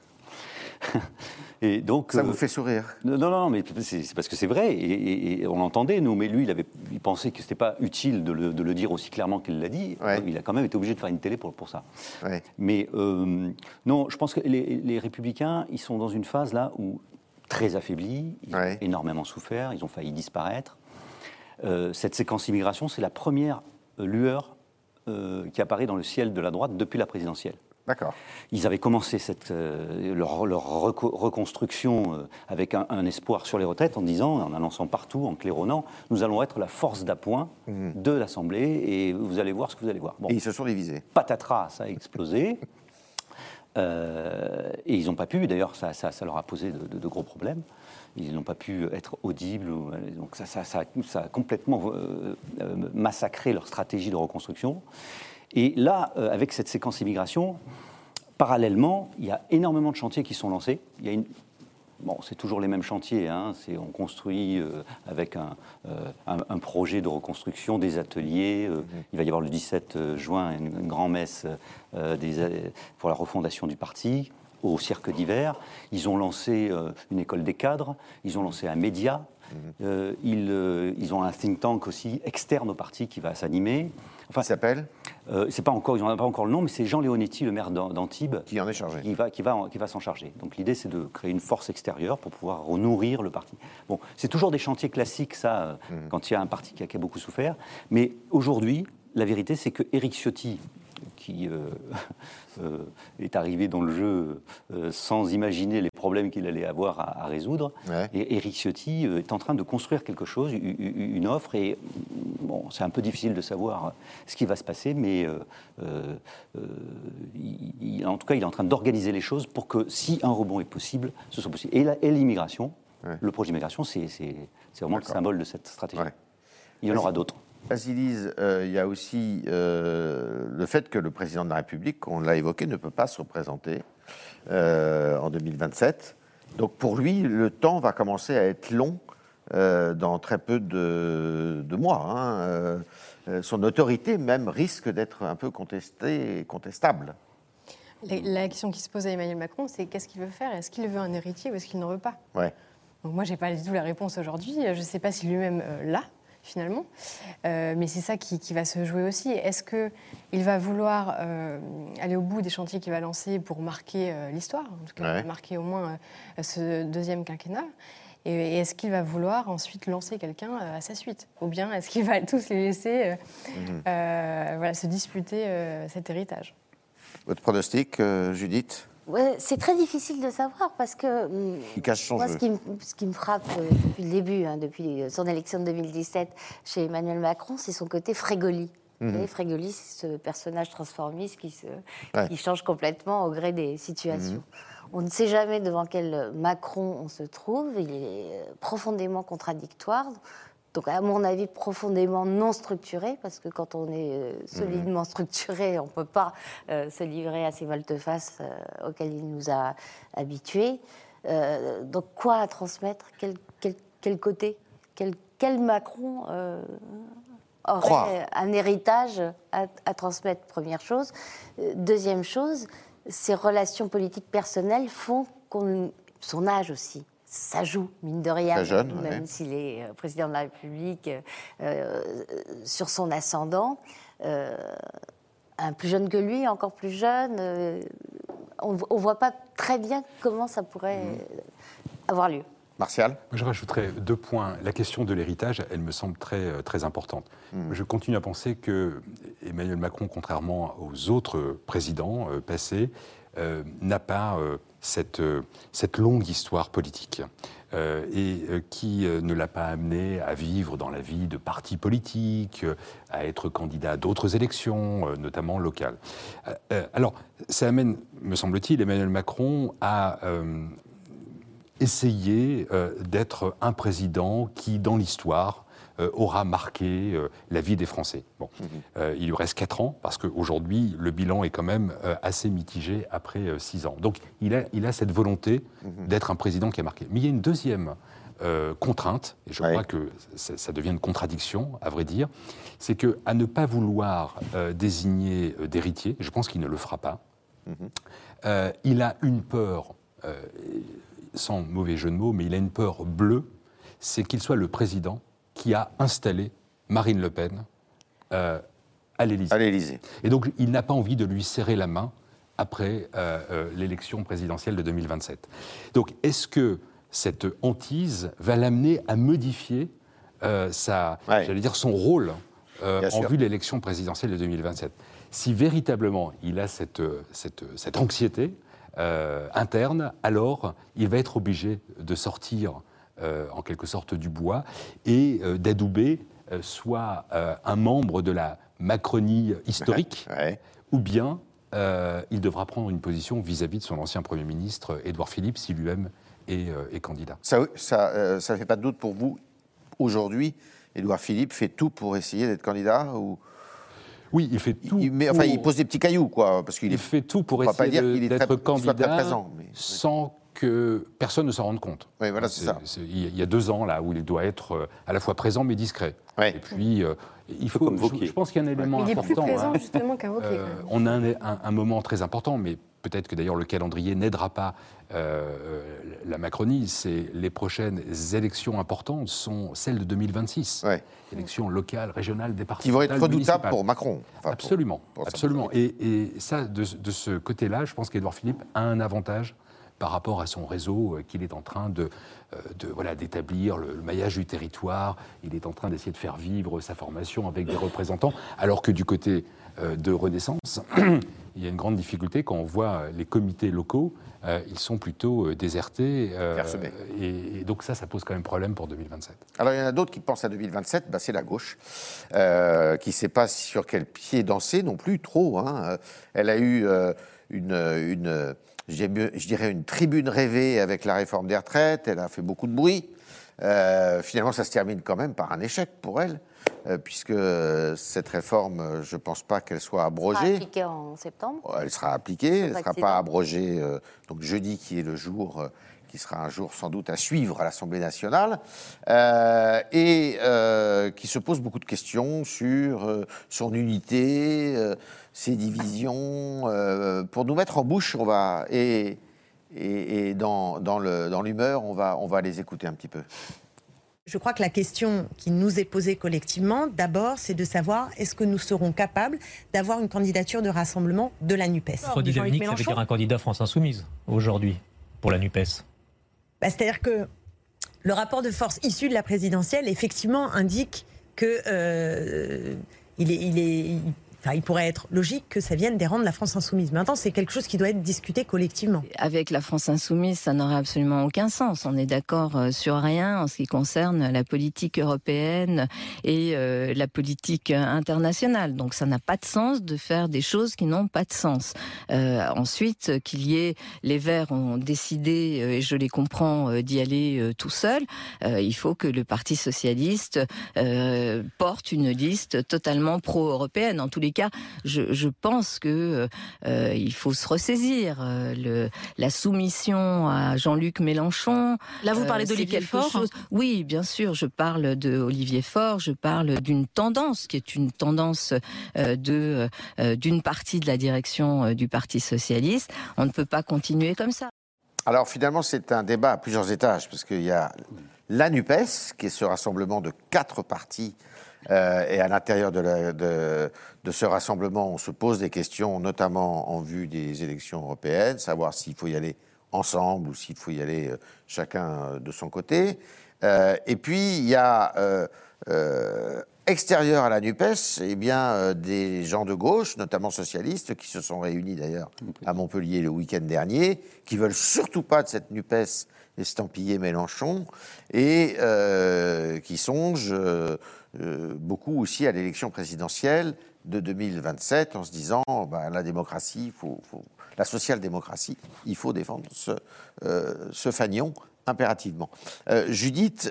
S5: Et donc,
S3: ça vous fait sourire ?
S5: Non, mais c'est parce que c'est vrai, et on l'entendait, nous, mais lui, il pensait que ce n'était pas utile de le dire aussi clairement qu'il l'a dit. Il a quand même été obligé de faire une télé pour ça. Mais non, je pense que les Républicains, ils sont dans une phase là où très affaiblis, ils ont énormément souffert, ils ont failli disparaître. Cette séquence immigration, c'est la première lueur qui apparaît dans le ciel de la droite depuis la présidentielle.
S3: D'accord.
S5: Ils avaient commencé leur reconstruction avec un espoir sur les retraites en disant, en annonçant partout, en claironnant, nous allons être la force d'appoint de l'Assemblée et vous allez voir ce que vous allez voir. Bon.
S3: Et ils se sont divisés.
S5: Patatras, ça a explosé. Et ils n'ont pas pu, d'ailleurs ça leur a posé de gros problèmes. Ils n'ont pas pu être audibles, donc ça a complètement massacré leur stratégie de reconstruction. Et là, avec cette séquence immigration, parallèlement, il y a énormément de chantiers qui sont lancés. C'est toujours les mêmes chantiers. On construit avec un projet de reconstruction, des ateliers. Il va y avoir le 17 juin une grand-messe pour la refondation du parti au Cirque d'hiver. Ils ont lancé une école des cadres. Ils ont lancé un média. Ils ont un think tank aussi externe au parti qui va s'animer.
S3: Enfin, il s'appelle
S5: ils n'ont pas encore le nom, mais c'est Jean Leonetti, le maire d'Antibes,
S3: qui en est chargé.
S5: Qui va s'en charger. Donc l'idée, c'est de créer une force extérieure pour pouvoir renourrir le parti. Bon, c'est toujours des chantiers classiques, ça, quand il y a un parti qui a beaucoup souffert. Mais aujourd'hui, la vérité, c'est que Éric Ciotti, qui est arrivé dans le jeu sans imaginer les problèmes qu'il allait avoir à résoudre. Et Éric Ciotti est en train de construire quelque chose, une offre, et c'est un peu difficile de savoir ce qui va se passer, mais en tout cas, il est en train d'organiser les choses pour que, si un rebond est possible, ce soit possible. Et l'immigration, le projet d'immigration, c'est vraiment le symbole de cette stratégie. Il y en aura d'autres.
S3: Basilise, il y a aussi le fait que le président de la République, on l'a évoqué, ne peut pas se représenter en 2027. Donc pour lui, le temps va commencer à être long dans très peu de mois. Son autorité même risque d'être un peu contestée et contestable.
S6: La question qui se pose à Emmanuel Macron, c'est qu'est-ce qu'il veut faire ? Est-ce qu'il veut un héritier ou est-ce qu'il n'en veut pas ? Donc moi, je n'ai pas du tout la réponse aujourd'hui. Je ne sais pas si lui-même l'a. Finalement. Mais c'est ça qui va se jouer aussi. Est-ce qu'il va vouloir aller au bout des chantiers qu'il va lancer pour marquer l'histoire, en tout cas marquer au moins ce deuxième quinquennat, et est-ce qu'il va vouloir ensuite lancer quelqu'un à sa suite ? Ou bien est-ce qu'il va tous les laisser se disputer cet héritage ?
S3: Votre pronostic, Judith ?
S4: Ouais, c'est très difficile de savoir parce que moi, ce qui me frappe depuis le début, depuis son élection de 2017 chez Emmanuel Macron, c'est son côté Frégoli. Frégoli, c'est ce personnage transformiste qui change complètement au gré des situations. On ne sait jamais devant quel Macron on se trouve. Il est profondément contradictoire. Donc, à mon avis, profondément non structuré, parce que quand on est solidement structuré, on ne peut pas se livrer à ces volte-face auxquels il nous a habitués. Donc, quoi à transmettre ? Quel côté ? Quel Macron aurait un héritage à transmettre, première chose. Deuxième chose, ses relations politiques personnelles font son âge aussi. Ça joue, mine de rien, même s'il est président de la République, sur son ascendant. Un plus jeune que lui, encore plus jeune, on ne voit pas très bien comment ça pourrait avoir lieu.
S3: Martial ?
S1: Je rajouterais 2 points. La question de l'héritage, elle me semble très, très importante. Je continue à penser que Emmanuel Macron, contrairement aux autres présidents passés, n'a pas cette longue histoire politique et qui ne l'a pas amené à vivre dans la vie de partis politiques, à être candidat à d'autres élections, notamment locales. Alors, ça amène, me semble-t-il, Emmanuel Macron à essayer d'être un président qui, dans l'histoire, aura marqué la vie des Français. Bon, il lui reste 4 ans, parce qu'aujourd'hui, le bilan est quand même assez mitigé après 6 ans. Donc, il a cette volonté d'être un président qui a marqué. Mais il y a une deuxième contrainte, et je crois que ça devient une contradiction, à vrai dire, c'est qu'à ne pas vouloir désigner d'héritier, je pense qu'il ne le fera pas, il a une peur, sans mauvais jeu de mots, mais il a une peur bleue, c'est qu'il soit le président qui a installé Marine Le Pen à l'Élysée. Et donc, il n'a pas envie de lui serrer la main après l'élection présidentielle de 2027. Donc, est-ce que cette hantise va l'amener à modifier j'allais dire son rôle en vue de l'élection présidentielle de 2027. Si véritablement il a cette anxiété interne, alors il va être obligé de sortir en quelque sorte du bois et d'adouber soit un membre de la Macronie historique, ou bien il devra prendre une position vis-à-vis de son ancien Premier ministre, Édouard Philippe, si lui-même est candidat.
S3: Ça ne fait pas de doute pour vous, aujourd'hui, Édouard Philippe fait tout pour essayer d'être candidat ou...
S1: Oui, il fait tout.
S3: Il pose des petits cailloux, quoi. Parce qu'il
S1: fait tout pour essayer d'être candidat
S3: présent,
S1: sans que personne ne s'en rende compte.
S3: Oui, voilà, c'est ça.
S1: Il y a 2 ans, là, où il doit être à la fois présent mais discret.
S3: Ouais.
S1: Et puis, il faut. Je pense qu'il y a un élément important.
S6: Il est plus présent, justement, qu'à Wauquiez.
S1: On a un moment très important, mais peut-être que d'ailleurs le calendrier n'aidera pas la Macronie. Les prochaines élections importantes sont celles de 2026.
S3: Ouais.
S1: Élections locales, régionales, départementales,
S3: qui vont être redoutables pour Macron.
S1: Enfin, absolument, absolument. Et ça, de ce côté-là, je pense qu'Édouard Philippe a un avantage par rapport à son réseau qu'il est en train d'établir, le maillage du territoire. Il est en train d'essayer de faire vivre sa formation avec des représentants, alors que du côté de Renaissance, il y a une grande difficulté quand on voit les comités locaux, ils sont plutôt désertés. Et donc ça pose quand même problème pour 2027.
S3: Alors il y en a d'autres qui pensent à 2027, c'est la gauche, qui ne sait pas sur quel pied danser non plus, trop. Elle a eu je dirais une tribune rêvée avec la réforme des retraites, elle a fait beaucoup de bruit. Finalement, ça se termine quand même par un échec pour elle, puisque cette réforme, je ne pense pas qu'elle soit abrogée.
S4: Elle sera appliquée en septembre.
S3: Elle sera appliquée, elle ne sera pas abrogée, donc jeudi qui est le jour... qui sera un jour sans doute à suivre à l'Assemblée nationale, et qui se pose beaucoup de questions sur son unité, ses divisions. Pour nous mettre en bouche, on va et dans l'humeur, on va les écouter un petit peu.
S7: Je crois que la question qui nous est posée collectivement, d'abord, c'est de savoir est-ce que nous serons capables d'avoir une candidature de rassemblement de la NUPES.
S8: Candidat unique, ça veut dire un candidat France Insoumise, aujourd'hui, pour la NUPES.
S7: C'est-à-dire que le rapport de force issu de la présidentielle, effectivement, indique que il pourrait être logique que ça vienne des rangs de la France Insoumise. Maintenant, c'est quelque chose qui doit être discuté collectivement.
S9: Avec la France Insoumise, ça n'aurait absolument aucun sens. On est d'accord sur rien en ce qui concerne la politique européenne et la politique internationale. Donc ça n'a pas de sens de faire des choses qui n'ont pas de sens. Ensuite, qu'il y ait... Les Verts ont décidé, et je les comprends, d'y aller tout seul. Il faut que le Parti socialiste porte une liste totalement pro-européenne. En tous les cas, je pense que il faut se ressaisir. La soumission à Jean-Luc Mélenchon.
S10: Là, vous parlez d'Olivier Faure.
S9: Oui, bien sûr, je parle d'Olivier Faure. Je parle d'une tendance qui est une tendance d'une partie de la direction du Parti socialiste. On ne peut pas continuer comme ça.
S3: Alors finalement, c'est un débat à plusieurs étages, parce qu'il y a la NUPES, qui est ce rassemblement de 4 partis. Et à l'intérieur de ce rassemblement, on se pose des questions, notamment en vue des élections européennes, savoir s'il faut y aller ensemble ou s'il faut y aller chacun de son côté. Et puis, il y a extérieur à la NUPES, des gens de gauche, notamment socialistes, qui se sont réunis d'ailleurs à Montpellier le week-end dernier, qui veulent surtout pas de cette NUPES estampillée Mélenchon, et qui songent beaucoup aussi à l'élection présidentielle de 2027, en se disant la démocratie, la social-démocratie, il faut défendre ce fanion impérativement. Judith,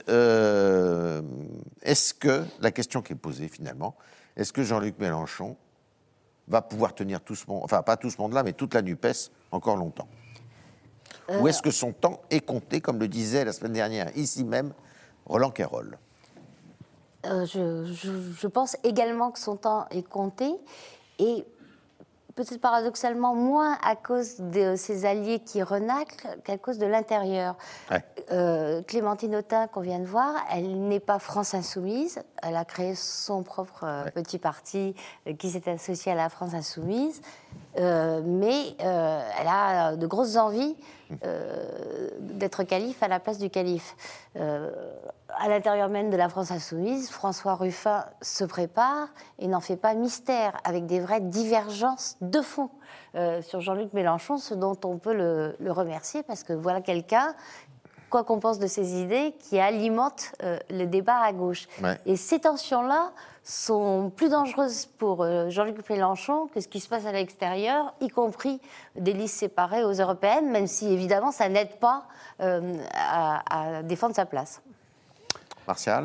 S3: est-ce que, la question qui est posée finalement, est-ce que Jean-Luc Mélenchon va pouvoir tenir tout ce monde, enfin pas tout ce monde-là, mais toute la NUPES encore longtemps? Ou est-ce que son temps est compté, comme le disait la semaine dernière, ici même, Roland Querol?
S4: Je pense également que son temps est compté, et peut-être paradoxalement moins à cause de ses alliés qui renaclent qu'à cause de l'intérieur. Ouais. Clémentine Autain, qu'on vient de voir, elle n'est pas France Insoumise, elle a créé son propre petit parti qui s'est associé à la France Insoumise, mais elle a de grosses envies d'être calife à la place du calife. À l'intérieur même de la France insoumise, François Ruffin se prépare et n'en fait pas mystère, avec des vraies divergences de fond sur Jean-Luc Mélenchon, ce dont on peut le remercier, parce que voilà quelqu'un, quoi qu'on pense de ses idées, qui alimente le débat à gauche. Ouais. Et ces tensions-là sont plus dangereuses pour Jean-Luc Mélenchon que ce qui se passe à l'extérieur, y compris des listes séparées aux européennes, même si évidemment ça n'aide pas à défendre sa place.
S3: Martial ?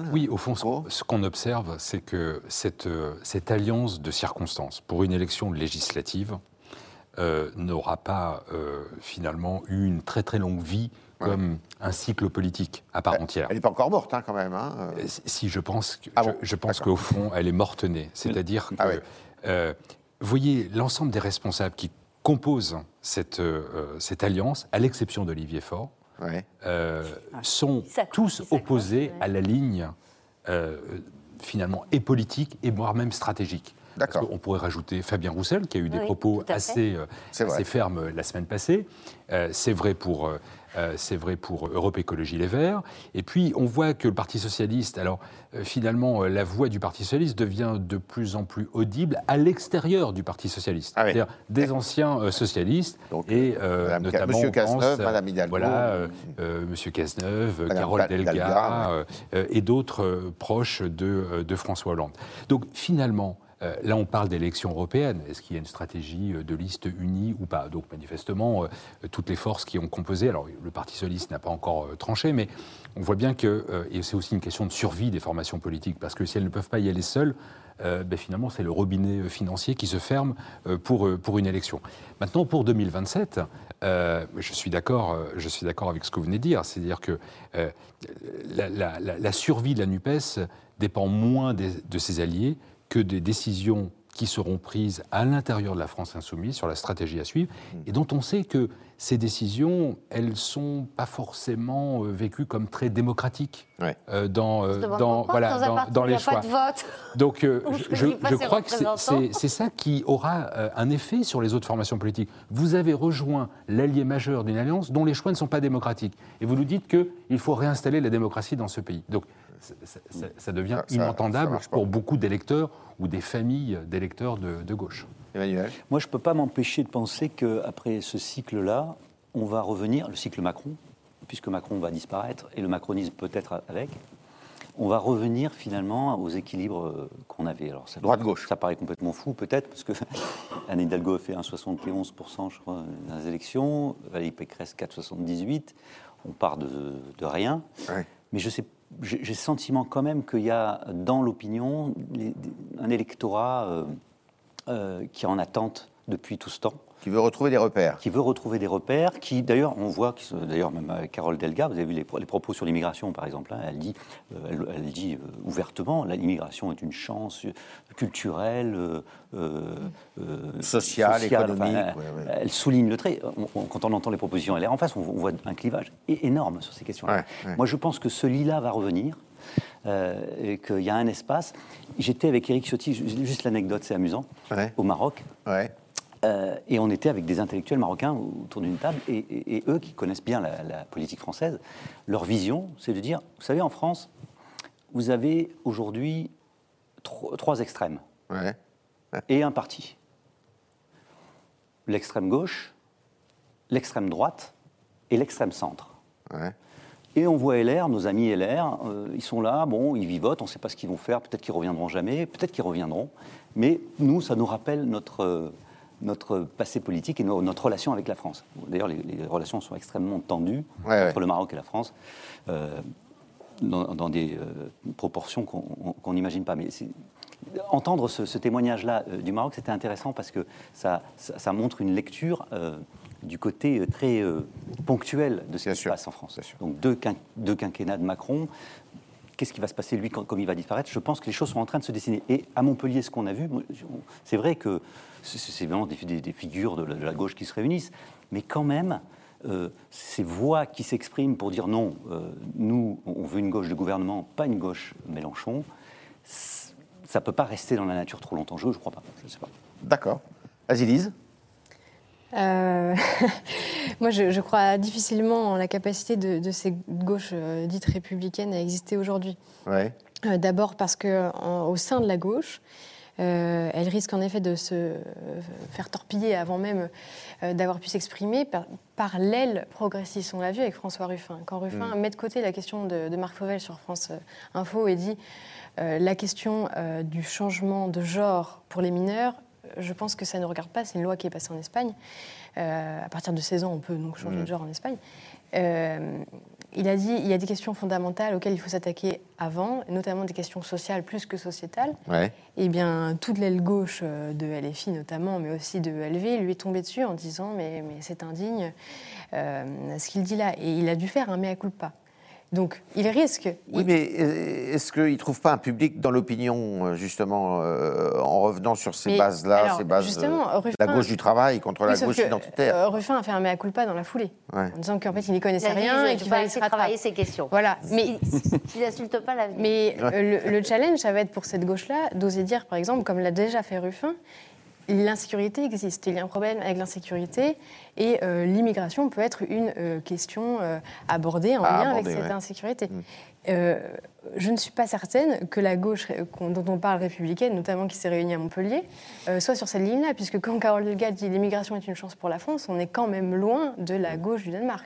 S1: Oui, au fond, ce qu'on observe, c'est que cette alliance de circonstances pour une élection législative n'aura pas finalement eu une très très longue vie comme un cycle politique à part entière.
S3: Elle n'est pas encore morte, quand même.
S1: Si, je pense qu'au fond, elle est morte-née. C'est-à-dire que, vous voyez, l'ensemble des responsables qui composent cette alliance, à l'exception d'Olivier Faure, sont tous opposés à la ligne, finalement, et politique, et voire même stratégique. Parce qu'on pourrait rajouter Fabien Roussel, qui a eu des propos assez fermes la semaine passée. C'est vrai pour Europe Écologie Les Verts. Et puis, on voit que le Parti Socialiste, alors finalement, la voix du Parti Socialiste devient de plus en plus audible à l'extérieur du Parti Socialiste. C'est-à-dire des anciens socialistes, donc, et notamment
S3: Monsieur Cazeneuve, Madame Hidalgo.
S1: Voilà, Monsieur Cazeneuve, Carole Delga, et d'autres proches de François Hollande. Donc, finalement, là, on parle d'élections européennes. Est-ce qu'il y a une stratégie de liste unie ou pas ? Donc, manifestement, toutes les forces qui ont composé... Alors, le Parti socialiste n'a pas encore tranché, mais on voit bien que... et c'est aussi une question de survie des formations politiques, parce que si elles ne peuvent pas y aller seules, finalement, c'est le robinet financier qui se ferme pour une élection. Maintenant, pour 2027, je suis d'accord avec ce que vous venez de dire. C'est-à-dire que la survie de la NUPES dépend moins de ses alliés que des décisions qui seront prises à l'intérieur de la France insoumise sur la stratégie à suivre, et dont on sait que ces décisions, elles ne sont pas forcément vécues comme très démocratiques dans les choix.
S4: Pas de vote.
S1: Donc je crois que c'est ça qui aura un effet sur les autres formations politiques. Vous avez rejoint l'allié majeur d'une alliance dont les choix ne sont pas démocratiques. Et vous nous dites qu'il faut réinstaller la démocratie dans ce pays. Donc ça devient inentendable pour beaucoup d'électeurs ou des familles d'électeurs de gauche.
S3: Emmanuel ?
S5: Moi, je ne peux pas m'empêcher de penser qu'après ce cycle-là, on va revenir, le cycle Macron, puisque Macron va disparaître, et le macronisme peut-être avec, on va revenir finalement aux équilibres qu'on avait. Alors,
S3: droite-gauche.
S5: Ça paraît complètement fou, peut-être, parce que Anne Hidalgo a fait 1,71%, je crois, dans les élections, Valérie Pécresse 4,78%, on part de rien. Ouais. Mais j'ai le sentiment quand même qu'il y a dans l'opinion un électorat qui est en attente depuis tout ce temps.
S3: Qui veut retrouver des repères.
S5: Qui d'ailleurs, on voit, d'ailleurs même avec Carole Delga, vous avez vu les propos sur l'immigration par exemple, elle dit ouvertement, l'immigration est une chance culturelle,
S3: sociale, économique.
S5: Elle souligne le trait. Quand on entend les propositions LR en face, on voit un clivage énorme sur ces questions-là. Moi je pense que ce lit-là va revenir. Et qu'il y a un espace. J'étais avec Éric Ciotti, juste l'anecdote, c'est amusant, au Maroc. Et on était avec des intellectuels marocains autour d'une table, et eux qui connaissent bien la politique française, leur vision, c'est de dire, vous savez, en France, vous avez aujourd'hui trois extrêmes, et un parti. L'extrême gauche, l'extrême droite et l'extrême centre. Et on voit LR, nos amis LR, ils sont là, bon, ils vivotent, on ne sait pas ce qu'ils vont faire, peut-être qu'ils ne reviendront jamais, peut-être qu'ils reviendront, mais nous, ça nous rappelle notre passé politique et notre relation avec la France. D'ailleurs, les relations sont extrêmement tendues entre le Maroc et la France, dans des proportions qu'on n'imagine pas. Mais entendre ce témoignage-là du Maroc, c'était intéressant parce que ça montre une lecture du côté très ponctuel de ce qui se passe en France. Donc deux quinquennats de Macron. Qu'est-ce qui va se passer, lui, comme il va disparaître ? Je pense que les choses sont en train de se dessiner. Et à Montpellier, ce qu'on a vu, c'est vrai que c'est vraiment des figures de la gauche qui se réunissent, mais quand même, ces voix qui s'expriment pour dire non, nous, on veut une gauche de gouvernement, pas une gauche Mélenchon, ça ne peut pas rester dans la nature trop longtemps. Je ne crois pas, je ne sais pas.
S3: D'accord. Azilise ?
S6: Moi, je crois difficilement en la capacité de ces gauches dites républicaines à exister aujourd'hui.
S3: Ouais.
S6: D'abord parce qu'au sein de la gauche, elle risque en effet de se faire torpiller avant même d'avoir pu s'exprimer par l'aile progressiste. On l'a vu avec François Ruffin. Quand Ruffin met de côté la question de Marc Fauvel sur France Info et dit la question du changement de genre pour les mineurs, je pense que ça ne regarde pas. C'est une loi qui est passée en Espagne. À partir de 16 ans, on peut donc changer de genre en Espagne. Il a dit il y a des questions fondamentales auxquelles il faut s'attaquer avant, notamment des questions sociales plus que sociétales.
S3: Ouais.
S6: Et bien, toute l'aile gauche de LFI notamment, mais aussi de LV, lui est tombée dessus en disant mais c'est indigne ce qu'il dit là. Et il a dû faire un mea culpa. Donc, il risque...
S3: Oui, mais est-ce qu'il ne trouve pas un public dans l'opinion, justement, en revenant sur ces bases-là, ces bases Ruffin, la gauche du travail contre la gauche identitaire
S6: Ruffin a fait un mea culpa dans la foulée, en disant qu'en fait, il n'y connaissait rien et qu'il fallait se
S4: travailler ces questions.
S6: Voilà. Mais
S4: il n'insulte pas la vie.
S6: Mais le challenge, ça va être pour cette gauche-là d'oser dire, par exemple, comme l'a déjà fait Ruffin, l'insécurité existe. Il y a un problème avec l'insécurité et l'immigration peut être une question abordée en lien avec cette insécurité. Je ne suis pas certaine que la gauche dont on parle républicaine, notamment qui s'est réunie à Montpellier, soit sur cette ligne-là, puisque quand Carole Delga dit l'immigration est une chance pour la France, on est quand même loin de la gauche du Danemark.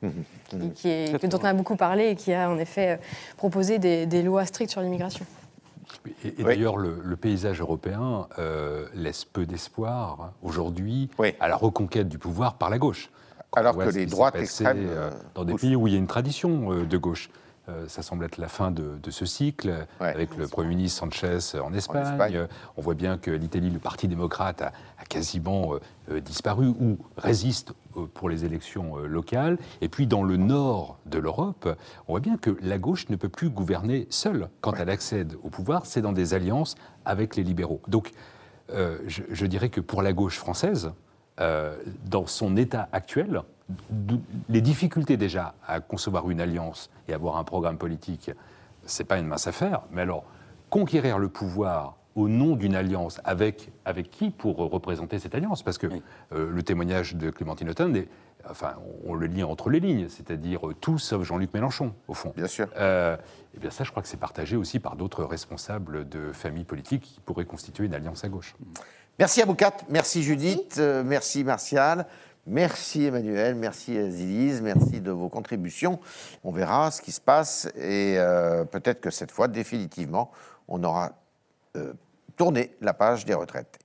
S6: Dont on a beaucoup parlé et qui a en effet proposé des lois strictes sur l'immigration.
S1: Et d'ailleurs, le paysage européen laisse peu d'espoir aujourd'hui à la reconquête du pouvoir par la gauche.
S3: Alors que les droites extrêmes...
S1: dans des pays où il y a une tradition de gauche. Ça semble être la fin de ce cycle, avec le Premier ministre Sanchez en Espagne. On voit bien que l'Italie, le Parti démocrate, a quasiment disparu ou résiste pour les élections locales. Et puis dans le nord de l'Europe, on voit bien que la gauche ne peut plus gouverner seule. Quand elle accède au pouvoir, c'est dans des alliances avec les libéraux. Donc je dirais que pour la gauche française, dans son état actuel, les difficultés déjà à concevoir une alliance et avoir un programme politique, c'est pas une mince affaire. Mais alors, conquérir le pouvoir au nom d'une alliance, avec qui pour représenter cette alliance? Parce que le témoignage de Clémentine Autain, on le lit entre les lignes, c'est-à-dire tout sauf Jean-Luc Mélenchon, au fond.
S3: Bien sûr.
S1: Et bien ça, je crois que c'est partagé aussi par d'autres responsables de familles politiques qui pourraient constituer une alliance à gauche.
S3: Merci Aboukat, merci Judith, merci Martial. Merci Emmanuel, merci Zilise, merci de vos contributions. On verra ce qui se passe et peut-être que cette fois, définitivement, on aura tourné la page des retraites.